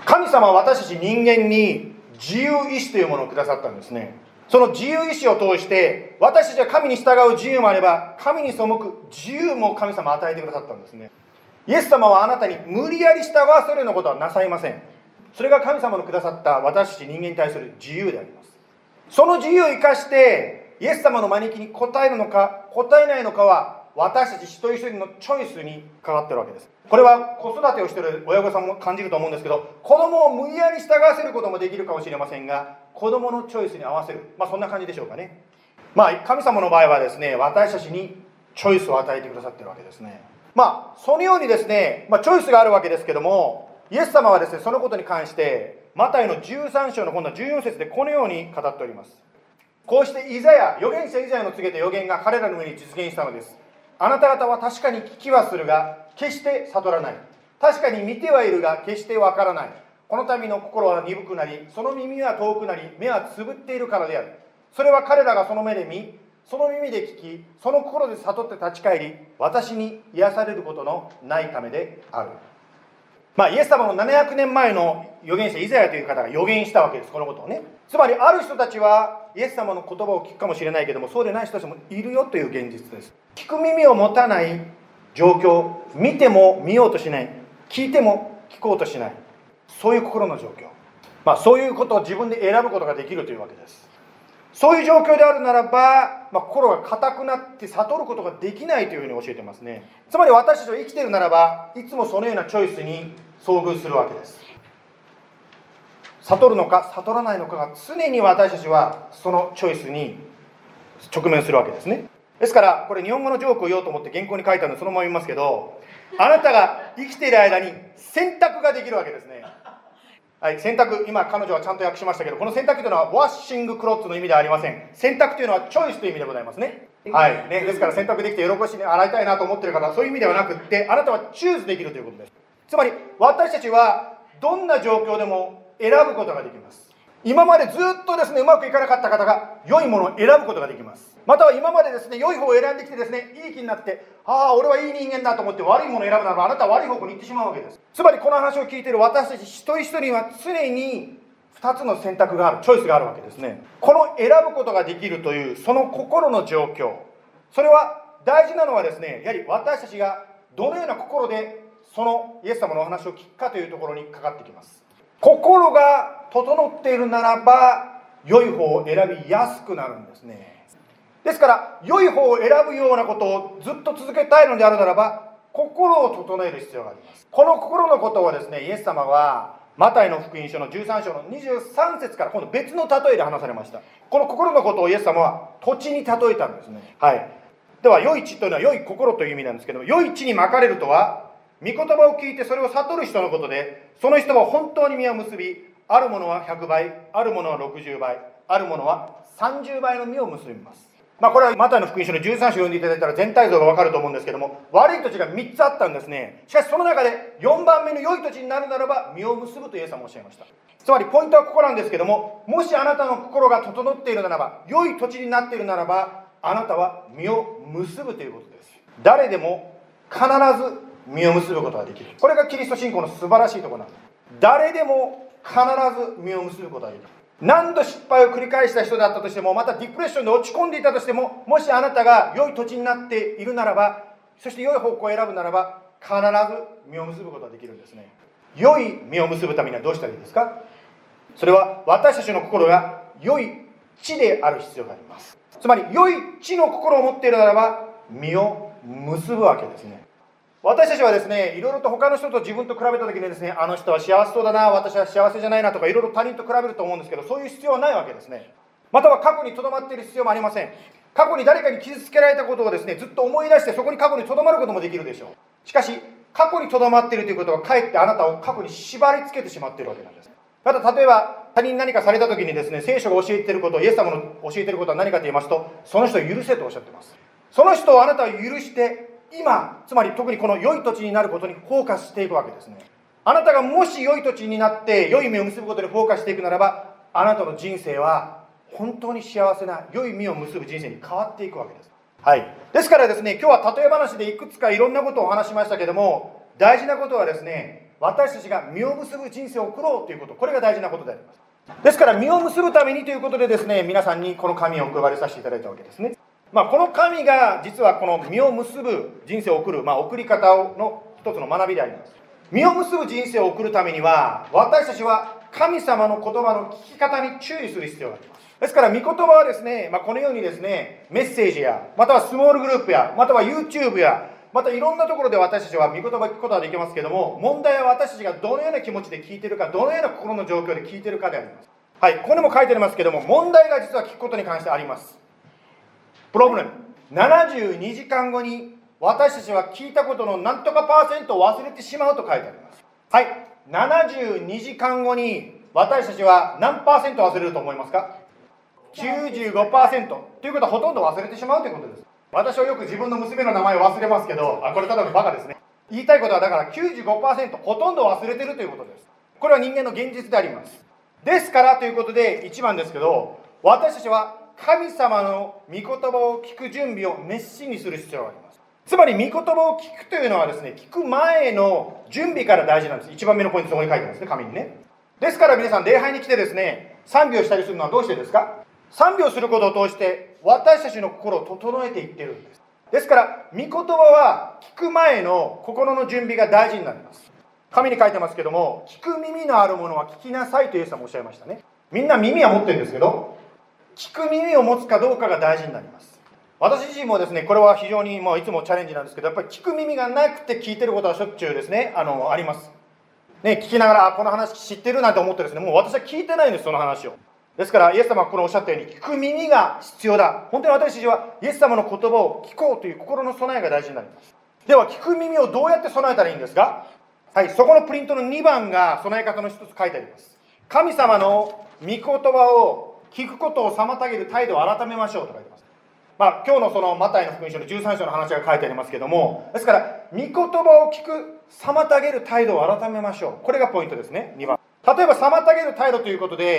神様は私たち人間に自由意志というものをくださったんですね。その自由意志を通して私たちは神に従う自由もあれば、神に背く自由も神様は与えてくださったんですね。イエス様はあなたに無理やり従わせるようなことはなさいません。それが神様のくださった私たち人間に対する自由であります。その自由を生かしてイエス様の招きに応えるのか応えないのかは、私たち一人一人のチョイスにかかっているわけです。これは子育てをしている親御さんも感じると思うんですけど、子供を無理やり従わせることもできるかもしれませんが、子供のチョイスに合わせる、そんな感じでしょうかね。神様の場合はですね、私たちにチョイスを与えてくださっているわけですね。そのようにですね、チョイスがあるわけですけども、イエス様はですね、そのことに関してマタイの13章の今度は14節でこのように語っております。こうして預言者イザヤの告げた預言が彼らの上に実現したのです。あなた方は確かに聞きはするが決して悟らない。確かに見てはいるが決してわからない。この民の心は鈍くなり、その耳は遠くなり、目はつぶっているからである。それは彼らがその目で見、その耳で聞き、その心で悟って立ち返り、私に癒されることのないためである。イエス様の700年前の預言者イザヤという方が預言したわけです、このことをね。つまりある人たちはイエス様の言葉を聞くかもしれないけども、そうでない人たちもいるよという現実です。聞く耳を持たない状況、見ても見ようとしない、聞いても聞こうとしない、そういう心の状況、そういうことを自分で選ぶことができるというわけです。そういう状況であるならば、心が固くなって悟ることができないというふうに教えてますね。つまり私たちは生きているならば、いつもそのようなチョイスに遭遇するわけです。悟るのか悟らないのかが常に私たちはそのチョイスに直面するわけですね。ですからこれ日本語のジョークを言おうと思って原稿に書いたのでそのまま言いますけど、あなたが生きている間に選択ができるわけですね。はい、選択、今彼女はちゃんと訳しましたけど、この選択というのはワッシングクロッツの意味ではありません。選択というのはチョイスという意味でございますね。はいね、ですから選択できて喜しに洗いたいなと思っている方はそういう意味ではなくって、あなたはチューズできるということです。つまり私たちはどんな状況でも選ぶことができます。 今までずっとですね、うまくいかなかった方が良いものを選ぶことができます。または今までですね、良い方を選んできてですね、いい気になって、俺はいい人間だと思って悪いものを選ぶならば、あなたは悪い方向に行ってしまうわけです。つまりこの話を聞いている私たち一人一人は常に2つの選択がある、チョイスがあるわけですね。この選ぶことができるというその心の状況、それは大事なのはですね、やはり私たちがどのような心でそのイエス様のお話を聞くかというところにかかってきます。心が整っているならば良い方を選びやすくなるんですね。ですから良い方を選ぶようなことをずっと続けたいのであるならば、心を整える必要があります。この心のことをですね、イエス様はマタイの福音書の13章の23節から今度別の例えで話されました。この心のことをイエス様は土地に例えたんですね。では良い地というのは良い心という意味なんですけども、良い地にまかれるとは御言葉を聞いてそれを悟る人のことで、その人は本当に実を結び、あるものは100倍、あるものは60倍、あるものは30倍の実を結びます。これはマタイの福音書の13章を読んでいただいたら全体像がわかると思うんですけども、悪い土地が3つあったんですね。しかしその中で4番目の良い土地になるならば実を結ぶとイエス様はおっしゃいました。つまりポイントはここなんですけども、もしあなたの心が整っているならば、良い土地になっているならば、あなたは実を結ぶということです。誰でも必ず実を結ぶことができる。これがキリスト信仰の素晴らしいところなんです。誰でも必ず実を結ぶことができる。何度失敗を繰り返した人だったとしても、またディプレッションで落ち込んでいたとしても、もしあなたが良い土地になっているならば、そして良い方向を選ぶならば、必ず実を結ぶことができるんですね。良い実を結ぶためにはどうしたらいいですか？それは私たちの心が良い地である必要があります。つまり良い地の心を持っているならば実を結ぶわけですね。私たちはですね、いろいろと他の人と自分と比べた時にですね、あの人は幸せそうだな、私は幸せじゃないなとか、いろいろ他人と比べると思うんですけど、そういう必要はないわけですね。または過去にとどまっている必要もありません。過去に誰かに傷つけられたことをですね、ずっと思い出してそこに過去にとどまることもできるでしょう。しかし過去にとどまっているということはかえってあなたを過去に縛り付けてしまっているわけなんです。また例えば他人に何かされた時にですね、聖書が教えていること、イエス様の教えていることは何かと言いますと、その人を許せとおっしゃっています。その人をあなたは許して今、つまり特にこの良い土地になることにフォーカスしていくわけですね。あなたがもし良い土地になって良い実を結ぶことにフォーカスしていくならば、あなたの人生は本当に幸せな良い実を結ぶ人生に変わっていくわけです。ですからですね、今日は例え話でいくつかいろんなことをお話しましたけども、大事なことはですね、私たちが実を結ぶ人生を送ろうということ、これが大事なことであります。ですから実を結ぶためにということでですね、皆さんにこの紙をお配りさせていただいたわけですね。この紙が実はこの実を結ぶ人生を送る、送り方の一つの学びであります。実を結ぶ人生を送るためには、私たちは神様の言葉の聞き方に注意する必要があります。ですから御言葉はですね、このようにですね、メッセージや、またはスモールグループや、または YouTube や、またいろんなところで私たちは御言葉を聞くことができますけども、問題は私たちがどのような気持ちで聞いているか、どのような心の状況で聞いているかであります。ここにも書いてありますけども、問題が実は聞くことに関してあります。プロブレム。72時間後に私たちは聞いたことの何とか%を忘れてしまうと書いてあります。72時間後に私たちは何%忘れると思いますか？ 95% ということはほとんど忘れてしまうということです。私はよく自分の娘の名前を忘れますけど、これただのバカですね。言いたいことはだから 95% ほとんど忘れているということです。これは人間の現実であります。ですからということで1番ですけど、私たちは神様の御言葉を聞く準備を熱心にする必要があります。つまり御言葉を聞くというのはですね、聞く前の準備から大事なんです。1番目のポイントそこに書いてますね、紙にね。ですから皆さん礼拝に来てですね、賛美をしたりするのはどうしてですか？賛美をすることを通して私たちの心を整えていっているんです。ですから御言葉は聞く前の心の準備が大事になります。紙に書いてますけども、聞く耳のあるものは聞きなさいとイエス様おっしゃいましたね。みんな耳は持ってるんですけど、聞く耳を持つかどうかが大事になります。私自身もですね、これは非常にいつもチャレンジなんですけど、やっぱり聞く耳がなくて聞いてることはしょっちゅうですね、ありますね。聞きながらこの話知ってるなんて思ってですね、もう私は聞いてないんです、その話を。ですからイエス様はここにおっしゃったように、聞く耳が必要だ。本当に私たちはイエス様の言葉を聞こうという心の備えが大事になります。では聞く耳をどうやって備えたらいいんですか？そこのプリントの2番が備え方の一つ書いてあります。神様の御言葉を聞くことを妨げる態度を改めましょうと書いてます。今日のそのマタイの福音書の13章の話が書いてありますけども、ですから御言葉を聞く妨げる態度を改めましょう。これがポイントですね。2番。例えば妨げる態度ということで、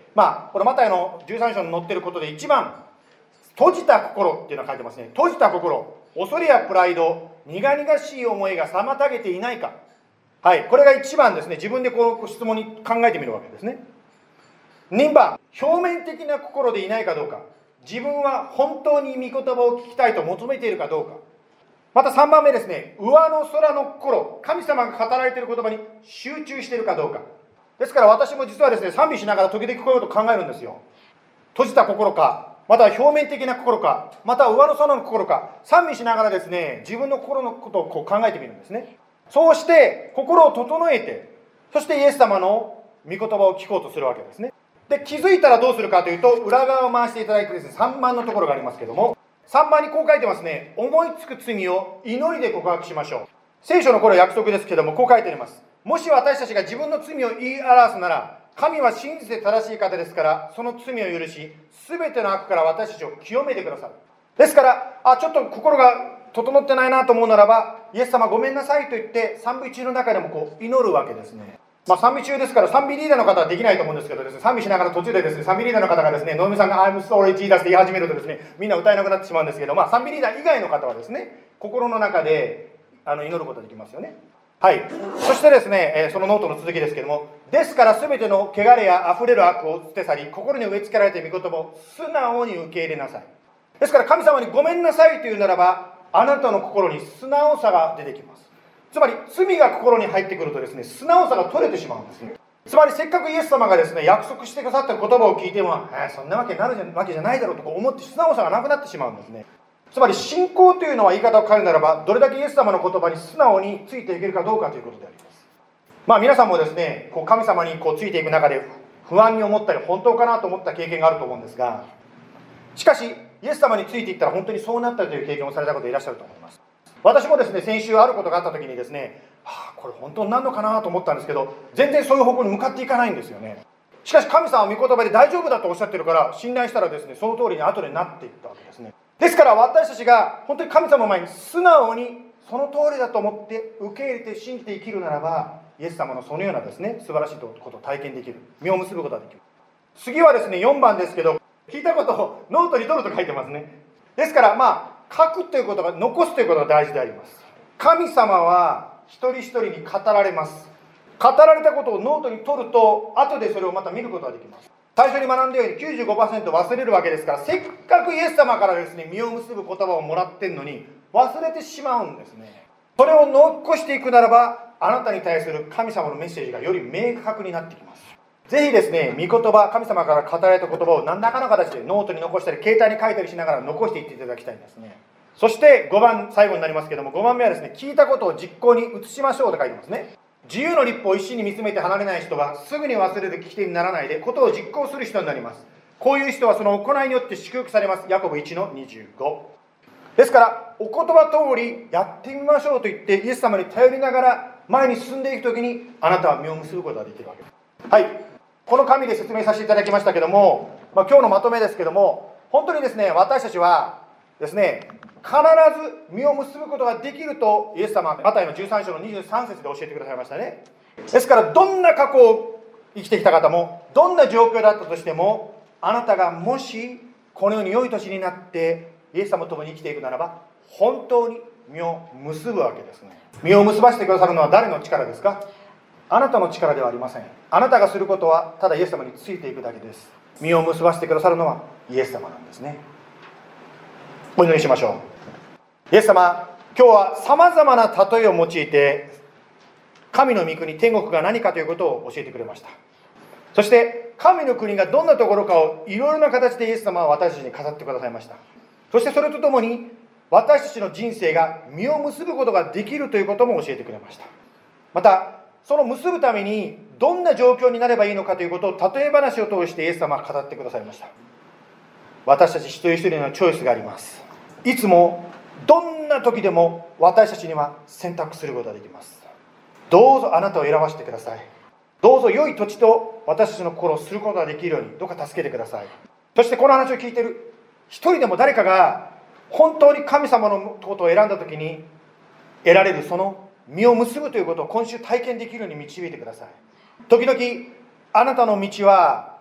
このマタイの13章に載っていることで一番、閉じた心っていうのが書いてますね。閉じた心、恐れやプライド、苦々しい思いが妨げていないか。はい、これが一番ですね。自分でこの質問に考えてみるわけですね。2番、表面的な心でいないかどうか。自分は本当に御言葉を聞きたいと求めているかどうか。また3番目ですね、上の空の心、神様が語られている言葉に集中しているかどうか。ですから私も実はですね、賛美しながら時々こういうことを考えるんですよ。閉じた心か、または表面的な心か、または上の空の心か、賛美しながらですね、自分の心のことをこう考えてみるんですね。そうして心を整えて、そしてイエス様の御言葉を聞こうとするわけですね。で、気づいたらどうするかというと、裏側を回していただいてですね、3番のところがありますけども、3番にこう書いてますね。思いつく罪を祈りで告白しましょう。聖書のこれは約束ですけども、こう書いてあります。もし私たちが自分の罪を言い表すなら、神は真実で正しい方ですから、その罪を許し、すべての悪から私たちを清めてくださる。ですから、ちょっと心が整ってないなと思うならば、イエス様ごめんなさいと言って賛美中の中でもこう祈るわけですね。賛美中ですから賛美リーダーの方はできないと思うんですけどですね、賛美しながら途中でですね、賛美リーダーの方がですね、能見さんが I'm sorry Jesus って言い始めるとですね、みんな歌えなくなってしまうんですけど、賛美リーダー以外の方はですね、心の中で祈ることができますよね。はい。そしてですね、そのノートの続きですけども、ですからすべての汚れや溢れる悪を捨て去り、心に植え付けられている御言葉を素直に受け入れなさい。ですから神様にごめんなさいというならば、あなたの心に素直さが出てきます。つまり罪が心に入ってくるとですね、素直さが取れてしまうんですね。つまりせっかくイエス様がですね、約束してくださった言葉を聞いても、そんなわけになるわけじゃないだろうと思って素直さがなくなってしまうんですね。つまり信仰というのは言い方を変えるならば、どれだけイエス様の言葉に素直についていけるかどうかということであります。皆さんもですね、神様についていく中で不安に思ったり、本当かなと思った経験があると思うんですが、しかしイエス様についていったら本当にそうなったという経験をされた方いらっしゃると思います。私もですね、先週あることがあった時にですね、これ本当になるのかなと思ったんですけど、全然そういう方向に向かっていかないんですよね。しかし神様は御言葉で大丈夫だとおっしゃってるから、信頼したらですね、その通りに後でなっていったわけですね。ですから私たちが本当に神様の前に素直にその通りだと思って受け入れて信じて生きるならば、イエス様のそのようなですね、素晴らしいことを体験できる、実を結ぶことができる。次はですね、4番ですけど、聞いたことをノートに取ると書いてますね。ですから書くということが、残すということが大事であります。神様は一人一人に語られます。語られたことをノートに取ると、後でそれをまた見ることができます。最初に学んだように 95% 忘れるわけですから、せっかくイエス様からですね、実を結ぶ言葉をもらってんのに忘れてしまうんですね。それを残していくならば、あなたに対する神様のメッセージがより明確になってきます。ぜひですね、御言葉、神様から語られた言葉を何らかの形でノートに残したり、携帯に書いたりしながら残していっていただきたいんですね。そして5番、最後になりますけども、5番目はですね、聞いたことを実行に移しましょうと書いてますね。自由の立法を一心に見つめて離れない人は、すぐに忘れる聞き手にならないで、ことを実行する人になります。こういう人はその行いによって祝福されます。ヤコブ 1-25。ですから、お言葉通りやってみましょうと言って、イエス様に頼りながら前に進んでいくときに、あなたは実を結ぶことができるわけです。はい。この紙で説明させていただきましたけども、今日のまとめですけども、本当にですね、私たちはですね、必ず実を結ぶことができるとイエス様はマタイの13章の23節で教えてくださいましたね。ですからどんな過去を生きてきた方も、どんな状況だったとしても、あなたがもしこのように良い年になってイエス様と共に生きていくならば、本当に実を結ぶわけですね。実を結ばせてくださるのは誰の力ですか？あなたの力ではありません。あなたがすることはただイエス様についていくだけです。実を結ばせてくださるのはイエス様なんですね。お祈りしましょう。イエス様、今日はさまざまな例えを用いて神の御国、天国が何かということを教えてくれました。そして神の国がどんなところかをいろいろな形でイエス様は私たちに語ってくださいました。そしてそれとともに私たちの人生が実を結ぶことができるということも教えてくれました。またその結ぶためにどんな状況になればいいのかということを例え話を通してイエス様は語ってくださいました。私たち一人一人のチョイスがあります。いつもどんな時でも私たちには選択することができます。どうぞあなたを選ばせてください。どうぞ良い土地と私たちの心をすることができるようにどうか助けてください。そしてこの話を聞いている一人でも誰かが本当に神様のことを選んだ時に得られるその実を結ぶということを今週体験できるように導いてください。時々あなたの道は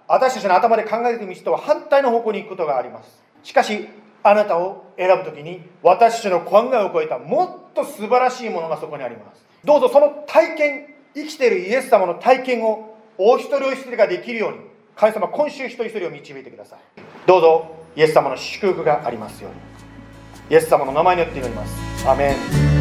私たちの頭で考えている道とは反対の方向に行くことがあります。しかしあなたを選ぶときに、私たちの考えを超えたもっと素晴らしいものがそこにあります。どうぞその体験、生きているイエス様の体験をお一人お一人ができるように、神様、今週一人一人を導いてください。どうぞイエス様の祝福がありますように、イエス様の名前によって祈ります。アメン。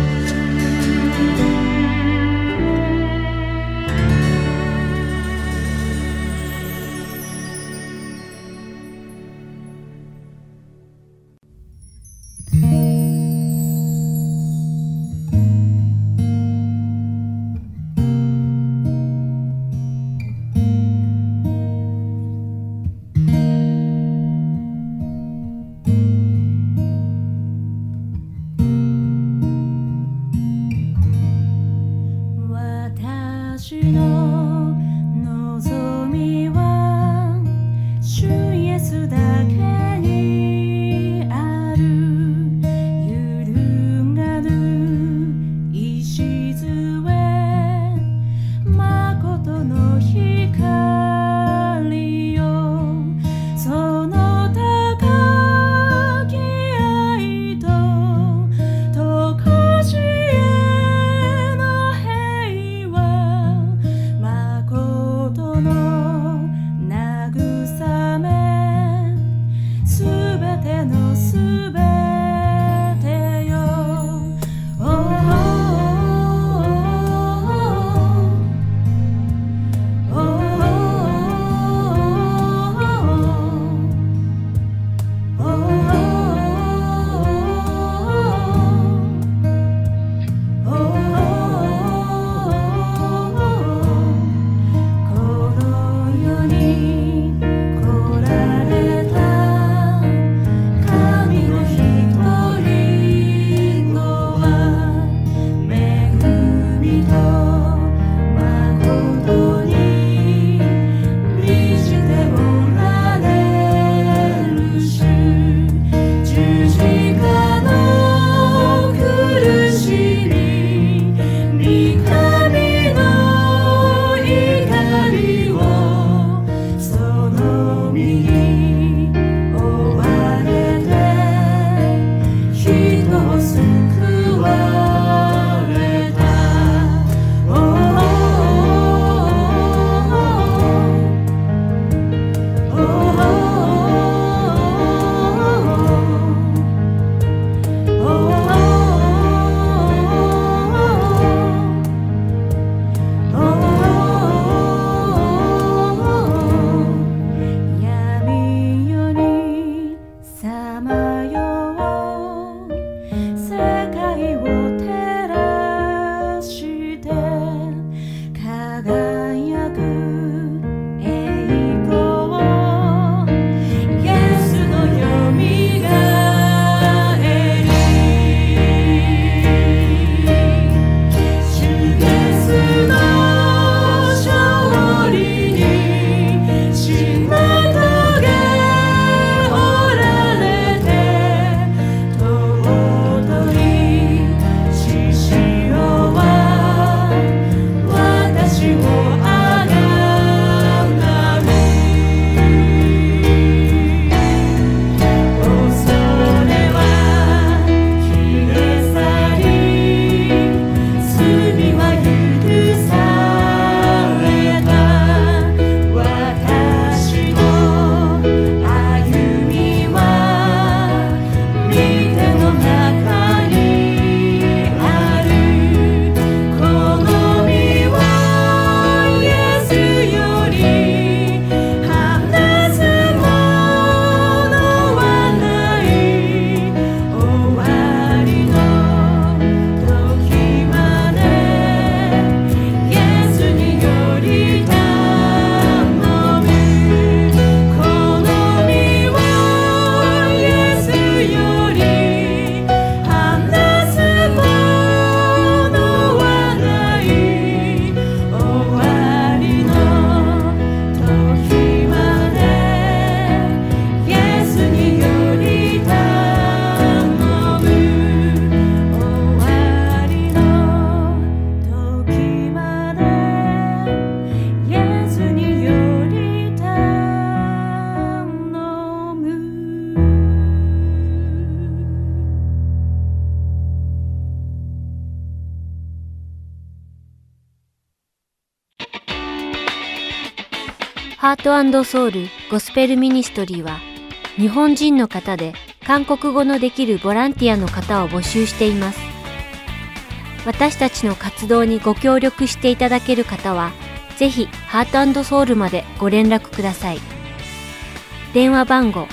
ハート&ソウルゴスペルミニストリーは日本人の方で韓国語のできるボランティアの方を募集しています。私たちの活動にご協力していただける方はぜひハート&ソウルまでご連絡ください。電話番号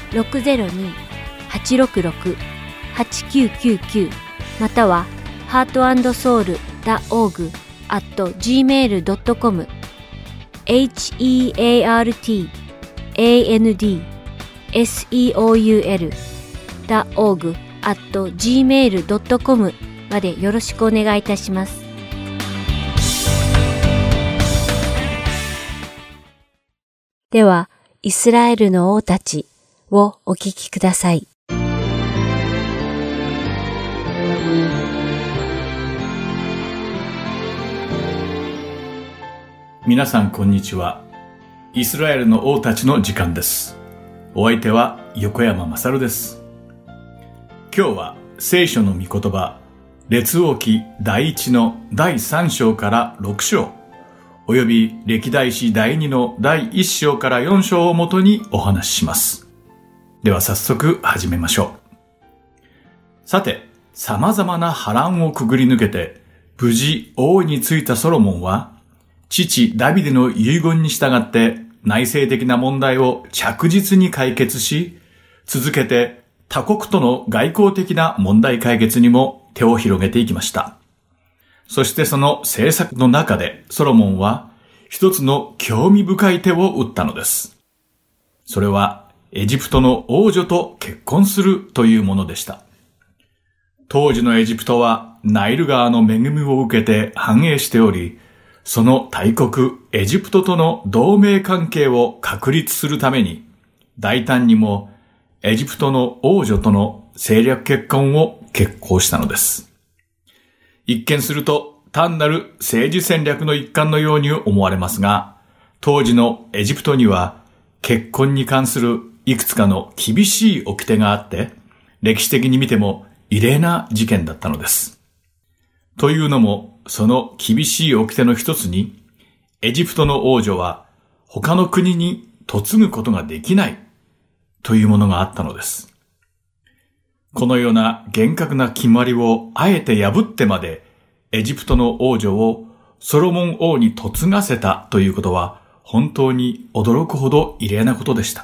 602-866-8999 または heartandsoul.org@gmail.com heartandseoul.org@gmail.com までよろしくお願いいたします。では、イスラエルの王たちをお聞きください。 皆さんこんにちは。イスラエルの王たちの時間です。お相手は横山まさるです。今日は聖書の御言葉、列王記第1の第3章から6章、および歴代史第2の第1章から4章をもとにお話しします。では早速始めましょう。さて、様々な波乱をくぐり抜けて、無事王位に就いたソロモンは、父ダビデの遺言に従って内政的な問題を着実に解決し、続けて他国との外交的な問題解決にも手を広げていきました。そしてその政策の中でソロモンは一つの興味深い手を打ったのです。それはエジプトの王女と結婚するというものでした。当時のエジプトはナイル川の恵みを受けて繁栄しており、その大国エジプトとの同盟関係を確立するために、大胆にもエジプトの王女との政略結婚を決行したのです。一見すると単なる政治戦略の一環のように思われますが、当時のエジプトには結婚に関するいくつかの厳しい掟があって、歴史的に見ても異例な事件だったのです。というのも、その厳しい掟の一つに、エジプトの王女は他の国に嫁ぐことができないというものがあったのです。このような厳格な決まりをあえて破ってまでエジプトの王女をソロモン王に嫁がせたということは本当に驚くほど異例なことでした。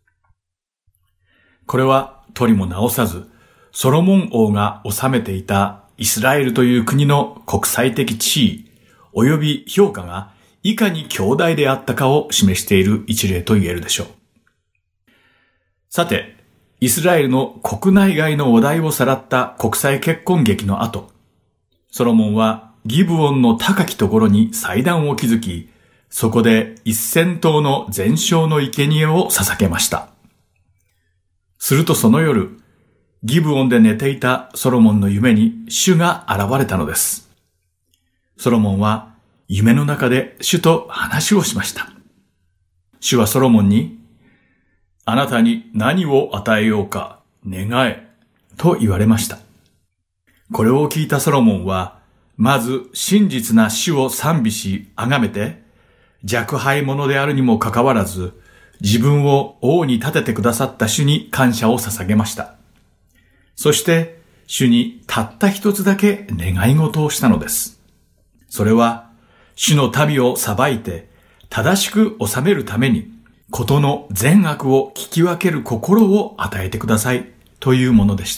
これはとりも直さず、ソロモン王が治めていたイスラエルという国の国際的地位及び評価がいかに強大であったかを示している一例と言えるでしょう。さて、イスラエルの国内外の話題をさらった国際結婚劇の後、ソロモンはギブオンの高きところに祭壇を築き、そこで1000頭の全焼の生贄を捧げました。するとその夜、ギブオンで寝ていたソロモンの夢に主が現れたのです。ソロモンは夢の中で主と話をしました。主はソロモンに、あなたに何を与えようか願えと言われました。これを聞いたソロモンは、まず真実な主を賛美し崇めて、若輩者であるにもかかわらず、自分を王に立ててくださった主に感謝を捧げました。そして、主にたった一つだけ願い事をしたのです。それは、主の民を裁いて、正しく治めるために、ことの善悪を聞き分ける心を与えてください、というものでした。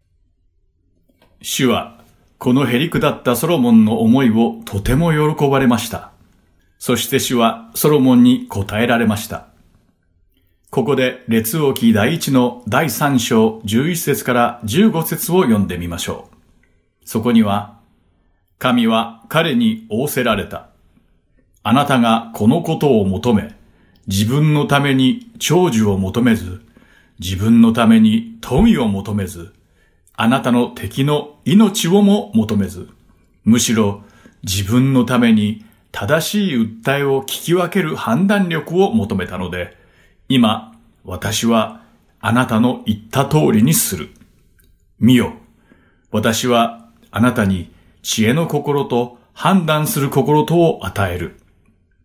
主は、このへりくだったソロモンの思いをとても喜ばれました。そして主はソロモンに答えられました。ここで列王記第1の第3章11節から15節を読んでみましょう。そこには、神は彼に仰せられた。あなたがこのことを求め、自分のために長寿を求めず、自分のために富を求めず、あなたの敵の命をも求めず、むしろ自分のために正しい訴えを聞き分ける判断力を求めたので、今、私はあなたの言った通りにする。見よ、私はあなたに知恵の心と判断する心とを与える。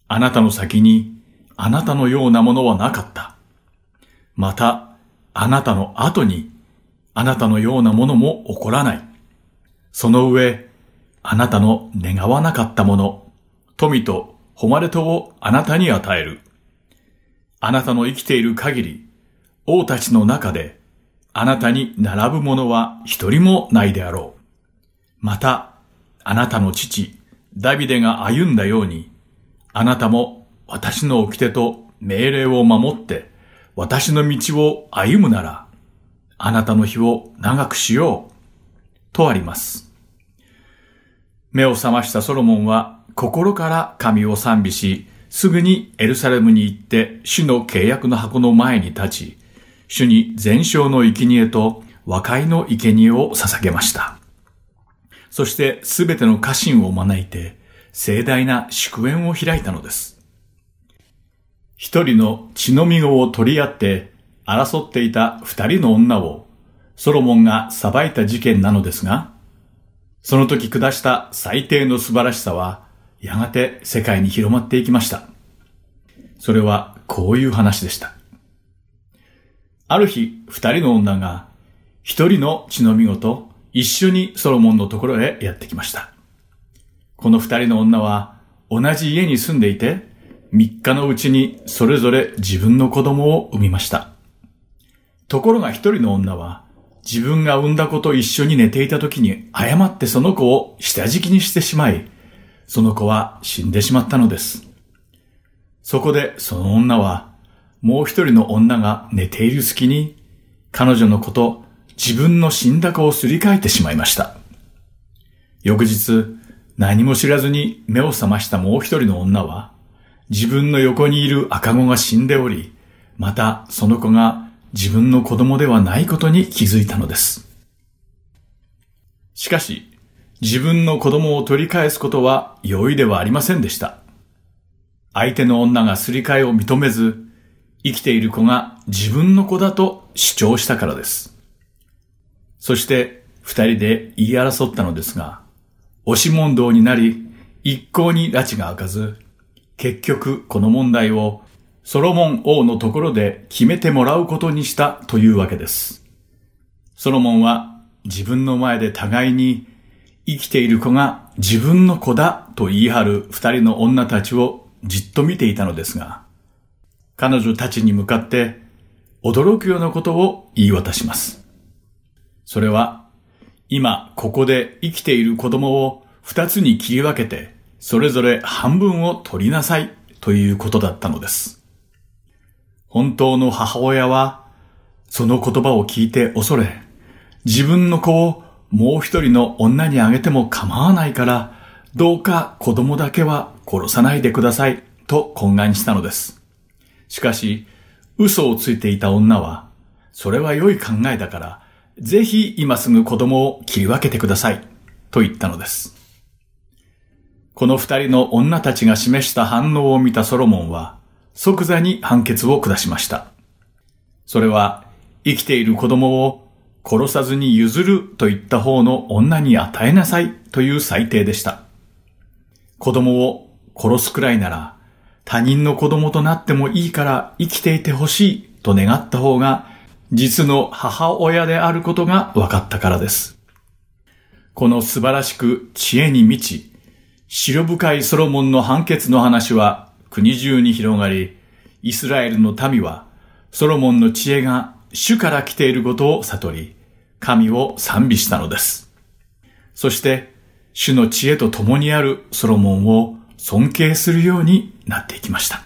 あなたの先にあなたのようなものはなかった。また、あなたの後にあなたのようなものも起こらない。その上、あなたの願わなかったもの、富と誉れとをあなたに与える。あなたの生きている限り、王たちの中で、あなたに並ぶ者は一人もないであろう。また、あなたの父、ダビデが歩んだように、あなたも私の掟と命令を守って、私の道を歩むなら、あなたの日を長くしよう。とあります。目を覚ましたソロモンは、心から神を賛美し、すぐにエルサレムに行って主の契約の箱の前に立ち、主に全焼の生贄と和解の生贄を捧げました。そしてすべての家臣を招いて盛大な祝宴を開いたのです。一人の血のみ子を取り合って争っていた二人の女をソロモンが裁いた事件なのですが、その時下した裁定の素晴らしさはやがて世界に広まっていきました。それはこういう話でした。ある日、二人の女が一人の血のみ子と一緒にソロモンのところへやってきました。この二人の女は同じ家に住んでいて、3日のうちにそれぞれ自分の子供を産みました。ところが一人の女は自分が産んだ子と一緒に寝ていた時に誤ってその子を下敷きにしてしまい、その子は死んでしまったのです。そこでその女はもう一人の女が寝ている隙に彼女の子と自分の死んだ子をすり替えてしまいました。翌日、何も知らずに目を覚ましたもう一人の女は自分の横にいる赤子が死んでおり、またその子が自分の子供ではないことに気づいたのです。しかし、自分の子供を取り返すことは容易ではありませんでした。相手の女がすり替えを認めず、生きている子が自分の子だと主張したからです。そして二人で言い争ったのですが、押し問答になり、一向に埒が明かず、結局この問題をソロモン王のところで決めてもらうことにしたというわけです。ソロモンは自分の前で互いに生きている子が自分の子だと言い張る二人の女たちをじっと見ていたのですが、彼女たちに向かって驚くようなことを言い渡します。それは、今ここで生きている子供を二つに切り分けて、それぞれ半分を取りなさいということだったのです。本当の母親は、その言葉を聞いて恐れ、自分の子をもう一人の女にあげても構わないから、どうか子供だけは殺さないでくださいと懇願したのです。しかし、嘘をついていた女は、それは良い考えだから、ぜひ今すぐ子供を切り分けてくださいと言ったのです。この二人の女たちが示した反応を見たソロモンは即座に判決を下しました。それは生きている子供を殺さずに譲るといった方の女に与えなさいという裁定でした。子供を殺すくらいなら他人の子供となってもいいから生きていてほしいと願った方が実の母親であることが分かったからです。この素晴らしく知恵に満ち、思慮深いソロモンの判決の話は国中に広がり、イスラエルの民はソロモンの知恵が主から来ていることを悟り、神を賛美したのです。そして主の知恵と共にあるソロモンを尊敬するようになっていきました。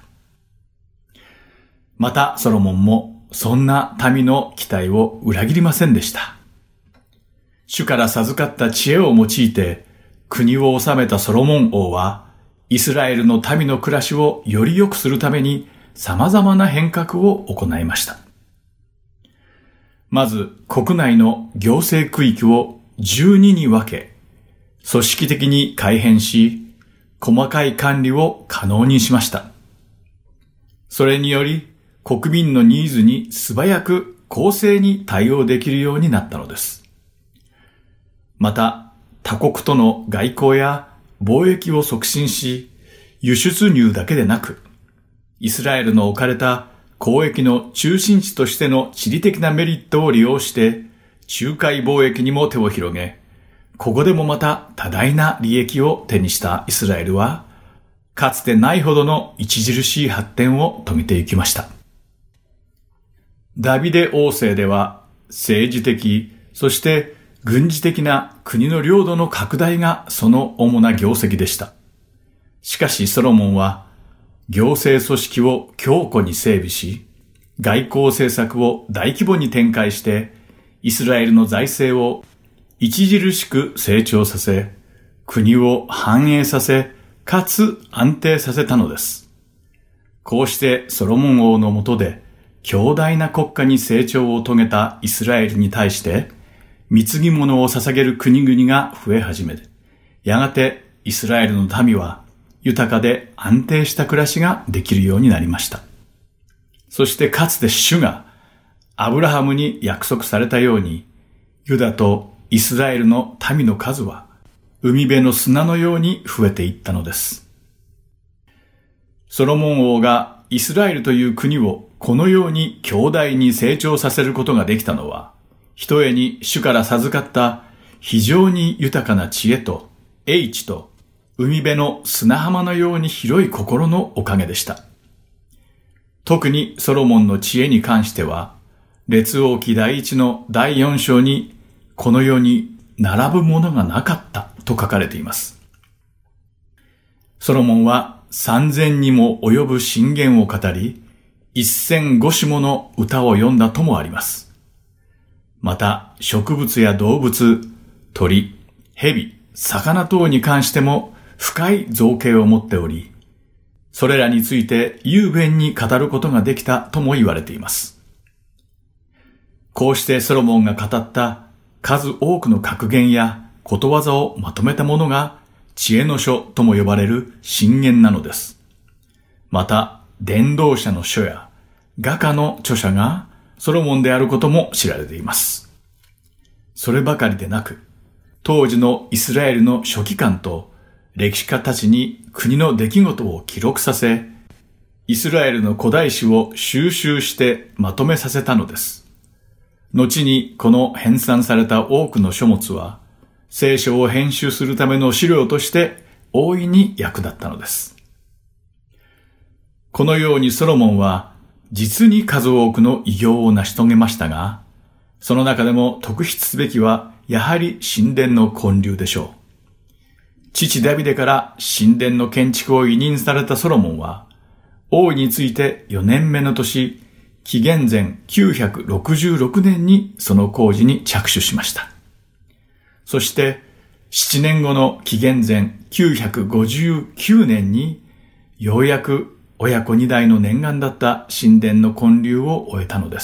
またソロモンもそんな民の期待を裏切りませんでした。主から授かった知恵を用いて国を治めたソロモン王はイスラエルの民の暮らしをより良くするために様々な変革を行いました。まず国内の行政区域を12に分け、組織的に改変し、細かい管理を可能にしました。それにより国民のニーズに素早く公正に対応できるようになったのです。また他国との外交や貿易を促進し、 輸出入だけでなく、イスラエルの置かれた交易の中心地としての地理的なメリットを利用して、仲介貿易にも手を広げ、ここでもまた多大な利益を手にしたイスラエルは、かつてないほどの著しい発展を遂げていきました。ダビデ王政では政治的、そして軍事的な国の領土の拡大がその主な業績でした。しかしソロモンは行政組織を強固に整備し、外交政策を大規模に展開して、イスラエルの財政を著しく成長させ、国を繁栄させ、かつ安定させたのです。こうしてソロモン王の下で強大な国家に成長を遂げたイスラエルに対して、貢ぎ物を捧げる国々が増え始めて、やがてイスラエルの民は豊かで安定した暮らしができるようになりました。そしてかつて主がアブラハムに約束されたように、ユダとイスラエルの民の数は海辺の砂のように増えていったのです。ソロモン王がイスラエルという国をこのように強大に成長させることができたのは、ひとえに主から授かった非常に豊かな知恵と英知と海辺の砂浜のように広い心のおかげでした。特にソロモンの知恵に関しては、列王記第1の第4章にこの世に並ぶものがなかったと書かれています。ソロモンは3000にも及ぶ箴言を語り、1005首もの歌を詠んだともあります。また植物や動物、鳥、蛇、魚等に関しても深い造形を持っており、それらについて雄弁に語ることができたとも言われています。こうしてソロモンが語った数多くの格言やことわざをまとめたものが知恵の書とも呼ばれる箴言なのです。また伝道者の書や画家の著者がソロモンであることも知られています。そればかりでなく、当時のイスラエルの書記官と歴史家たちに国の出来事を記録させ、イスラエルの古代史を収集してまとめさせたのです。後にこの編纂された多くの書物は、聖書を編集するための資料として大いに役立ったのです。このようにソロモンは実に数多くの偉業を成し遂げましたが、その中でも特筆すべきはやはり神殿の建立でしょう。父ダビデから神殿の建築を委任されたソロモンは、王位について4年目の年、紀元前966年にその工事に着手しました。そして7年後の紀元前959年にようやく親子2代の念願だった神殿の建立を終えたのです。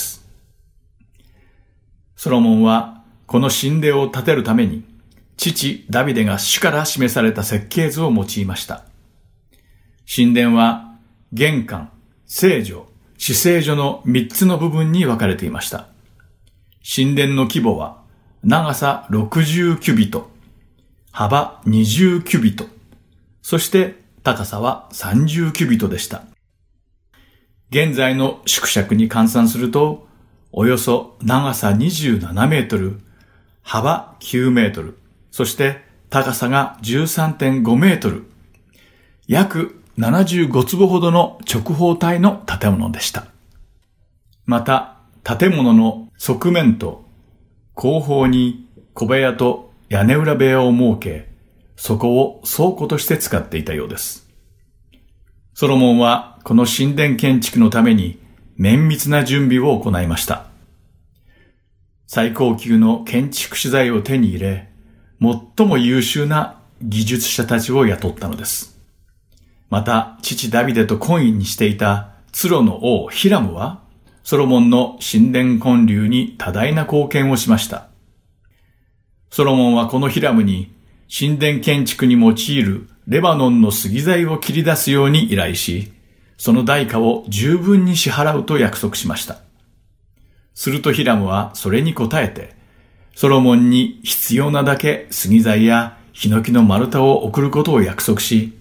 ソロモンはこの神殿を建てるために父ダビデが主から示された設計図を用いました。神殿は玄関、聖所、至聖所の3つの部分に分かれていました。神殿の規模は長さ60キュビト、幅20キュビト、そして高さは30キュビトでした。現在の縮尺に換算すると、およそ長さ27メートル、幅9メートル、そして高さが 13.5 メートル、約75坪ほどの直方体の建物でした。また、建物の側面と後方に小部屋と屋根裏部屋を設け、そこを倉庫として使っていたようです。ソロモンはこの神殿建築のために綿密な準備を行いました。最高級の建築資材を手に入れ、最も優秀な技術者たちを雇ったのです。また、父ダビデと懇意にしていたツロの王ヒラムは、ソロモンの神殿建立に多大な貢献をしました。ソロモンはこのヒラムに神殿建築に用いるレバノンの杉材を切り出すように依頼し、その代価を十分に支払うと約束しました。するとヒラムはそれに応えて、ソロモンに必要なだけ杉材やヒノキの丸太を送ることを約束し、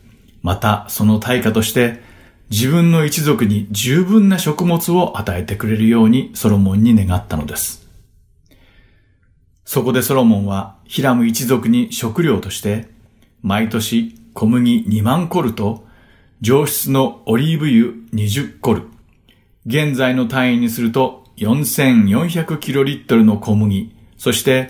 またその対価として自分の一族に十分な食物を与えてくれるようにソロモンに願ったのです。そこでソロモンはヒラム一族に食料として毎年小麦2万コルと上質のオリーブ油20コル、現在の単位にすると4400キロリットルの小麦、そして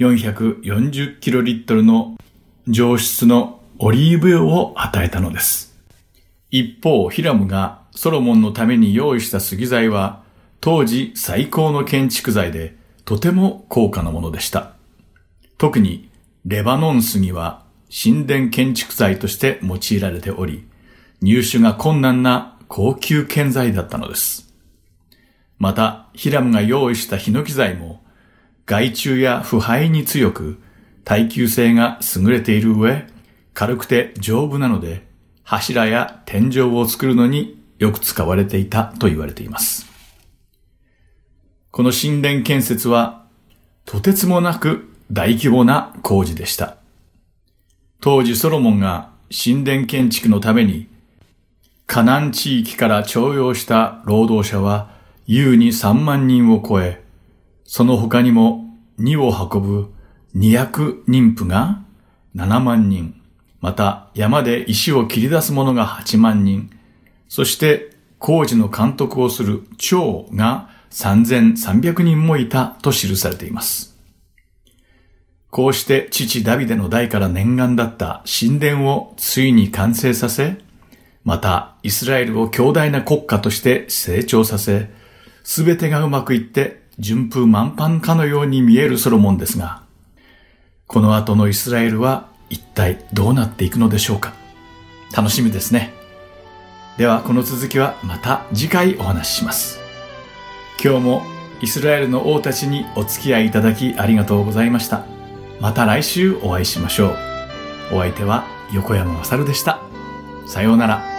440キロリットルの上質のオリーブ油を与えたのです。一方、ヒラムがソロモンのために用意した杉材は当時最高の建築材でとても高価なものでした。特にレバノン杉は神殿建築材として用いられており、入手が困難な高級建材だったのです。また、ヒラムが用意したヒノキ材も害虫や腐敗に強く、耐久性が優れている上、軽くて丈夫なので、柱や天井を作るのによく使われていたと言われています。この神殿建設は、とてつもなく大規模な工事でした。当時ソロモンが神殿建築のために、カナン地域から徴用した労働者は優に3万人を超え、その他にも荷を運ぶ200人婦が7万人、また山で石を切り出す者が8万人、そして工事の監督をする長が3300人もいたと記されています。こうして父ダビデの代から念願だった神殿をついに完成させ、またイスラエルを強大な国家として成長させ、すべてがうまくいって順風満帆かのように見えるソロモンですが、この後のイスラエルは一体どうなっていくのでしょうか。楽しみですね。ではこの続きはまた次回お話しします。今日もイスラエルの王たちにお付き合いいただきありがとうございました。また来週お会いしましょう。お相手は横山まさるでした。さようなら。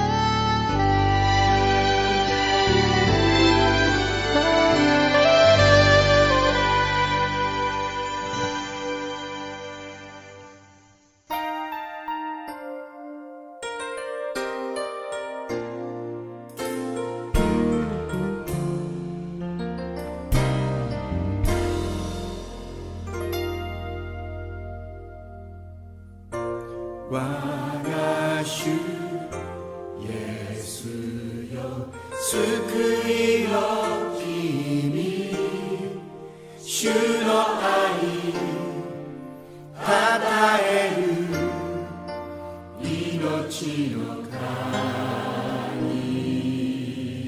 我が主イエスよ救いの君、主の愛たたえる命の神、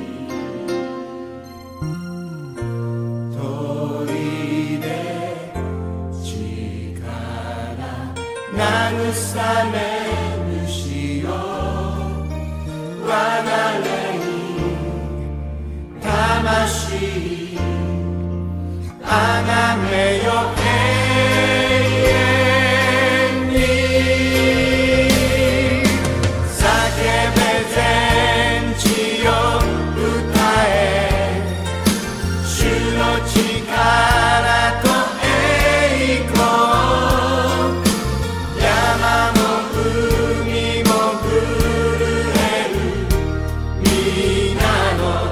砦力慰め主よ我が霊魂あがめよ永遠に叫べ全地よ歌え主の力と栄光、山も海も震える皆の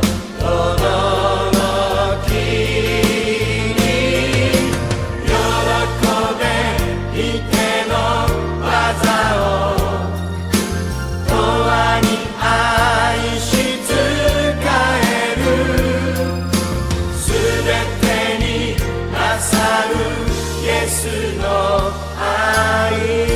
轟きに喜べいての技を永遠に愛し仕えるすべてに勝るイエスの愛、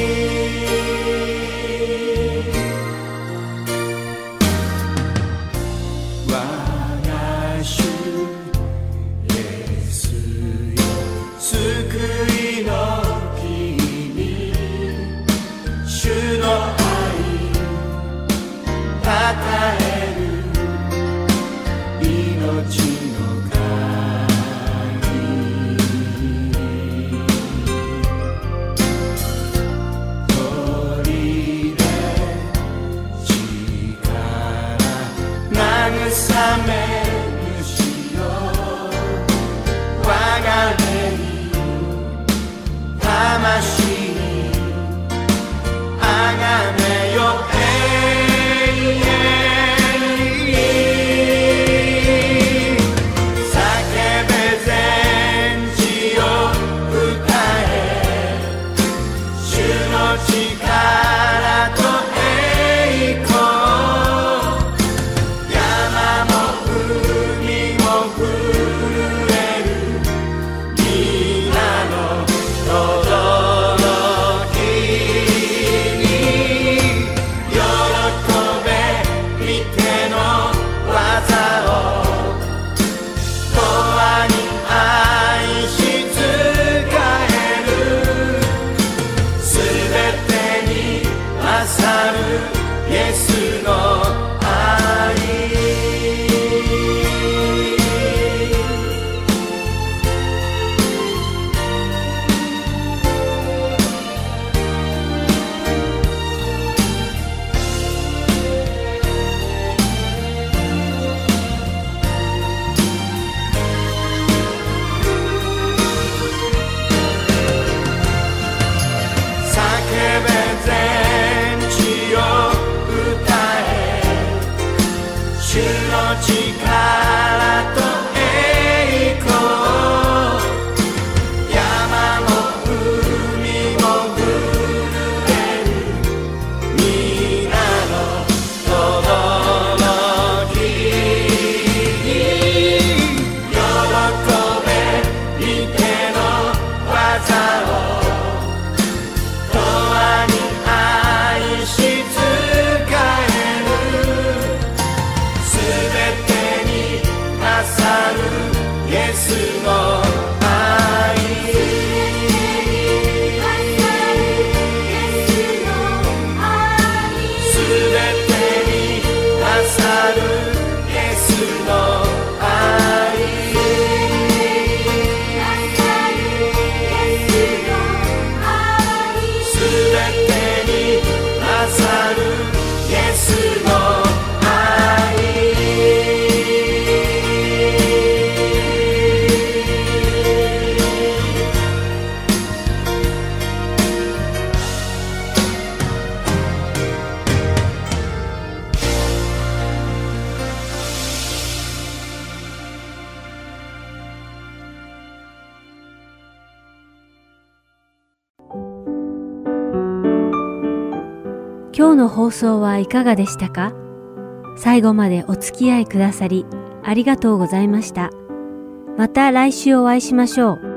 我が主イエスよ救いの君、主の愛たたえる命の神、砦慰め主よ我が霊魂あがめイエスの今日の放送はいかがでしたか？最後までお付き合いくださりありがとうございました。また来週お会いしましょう。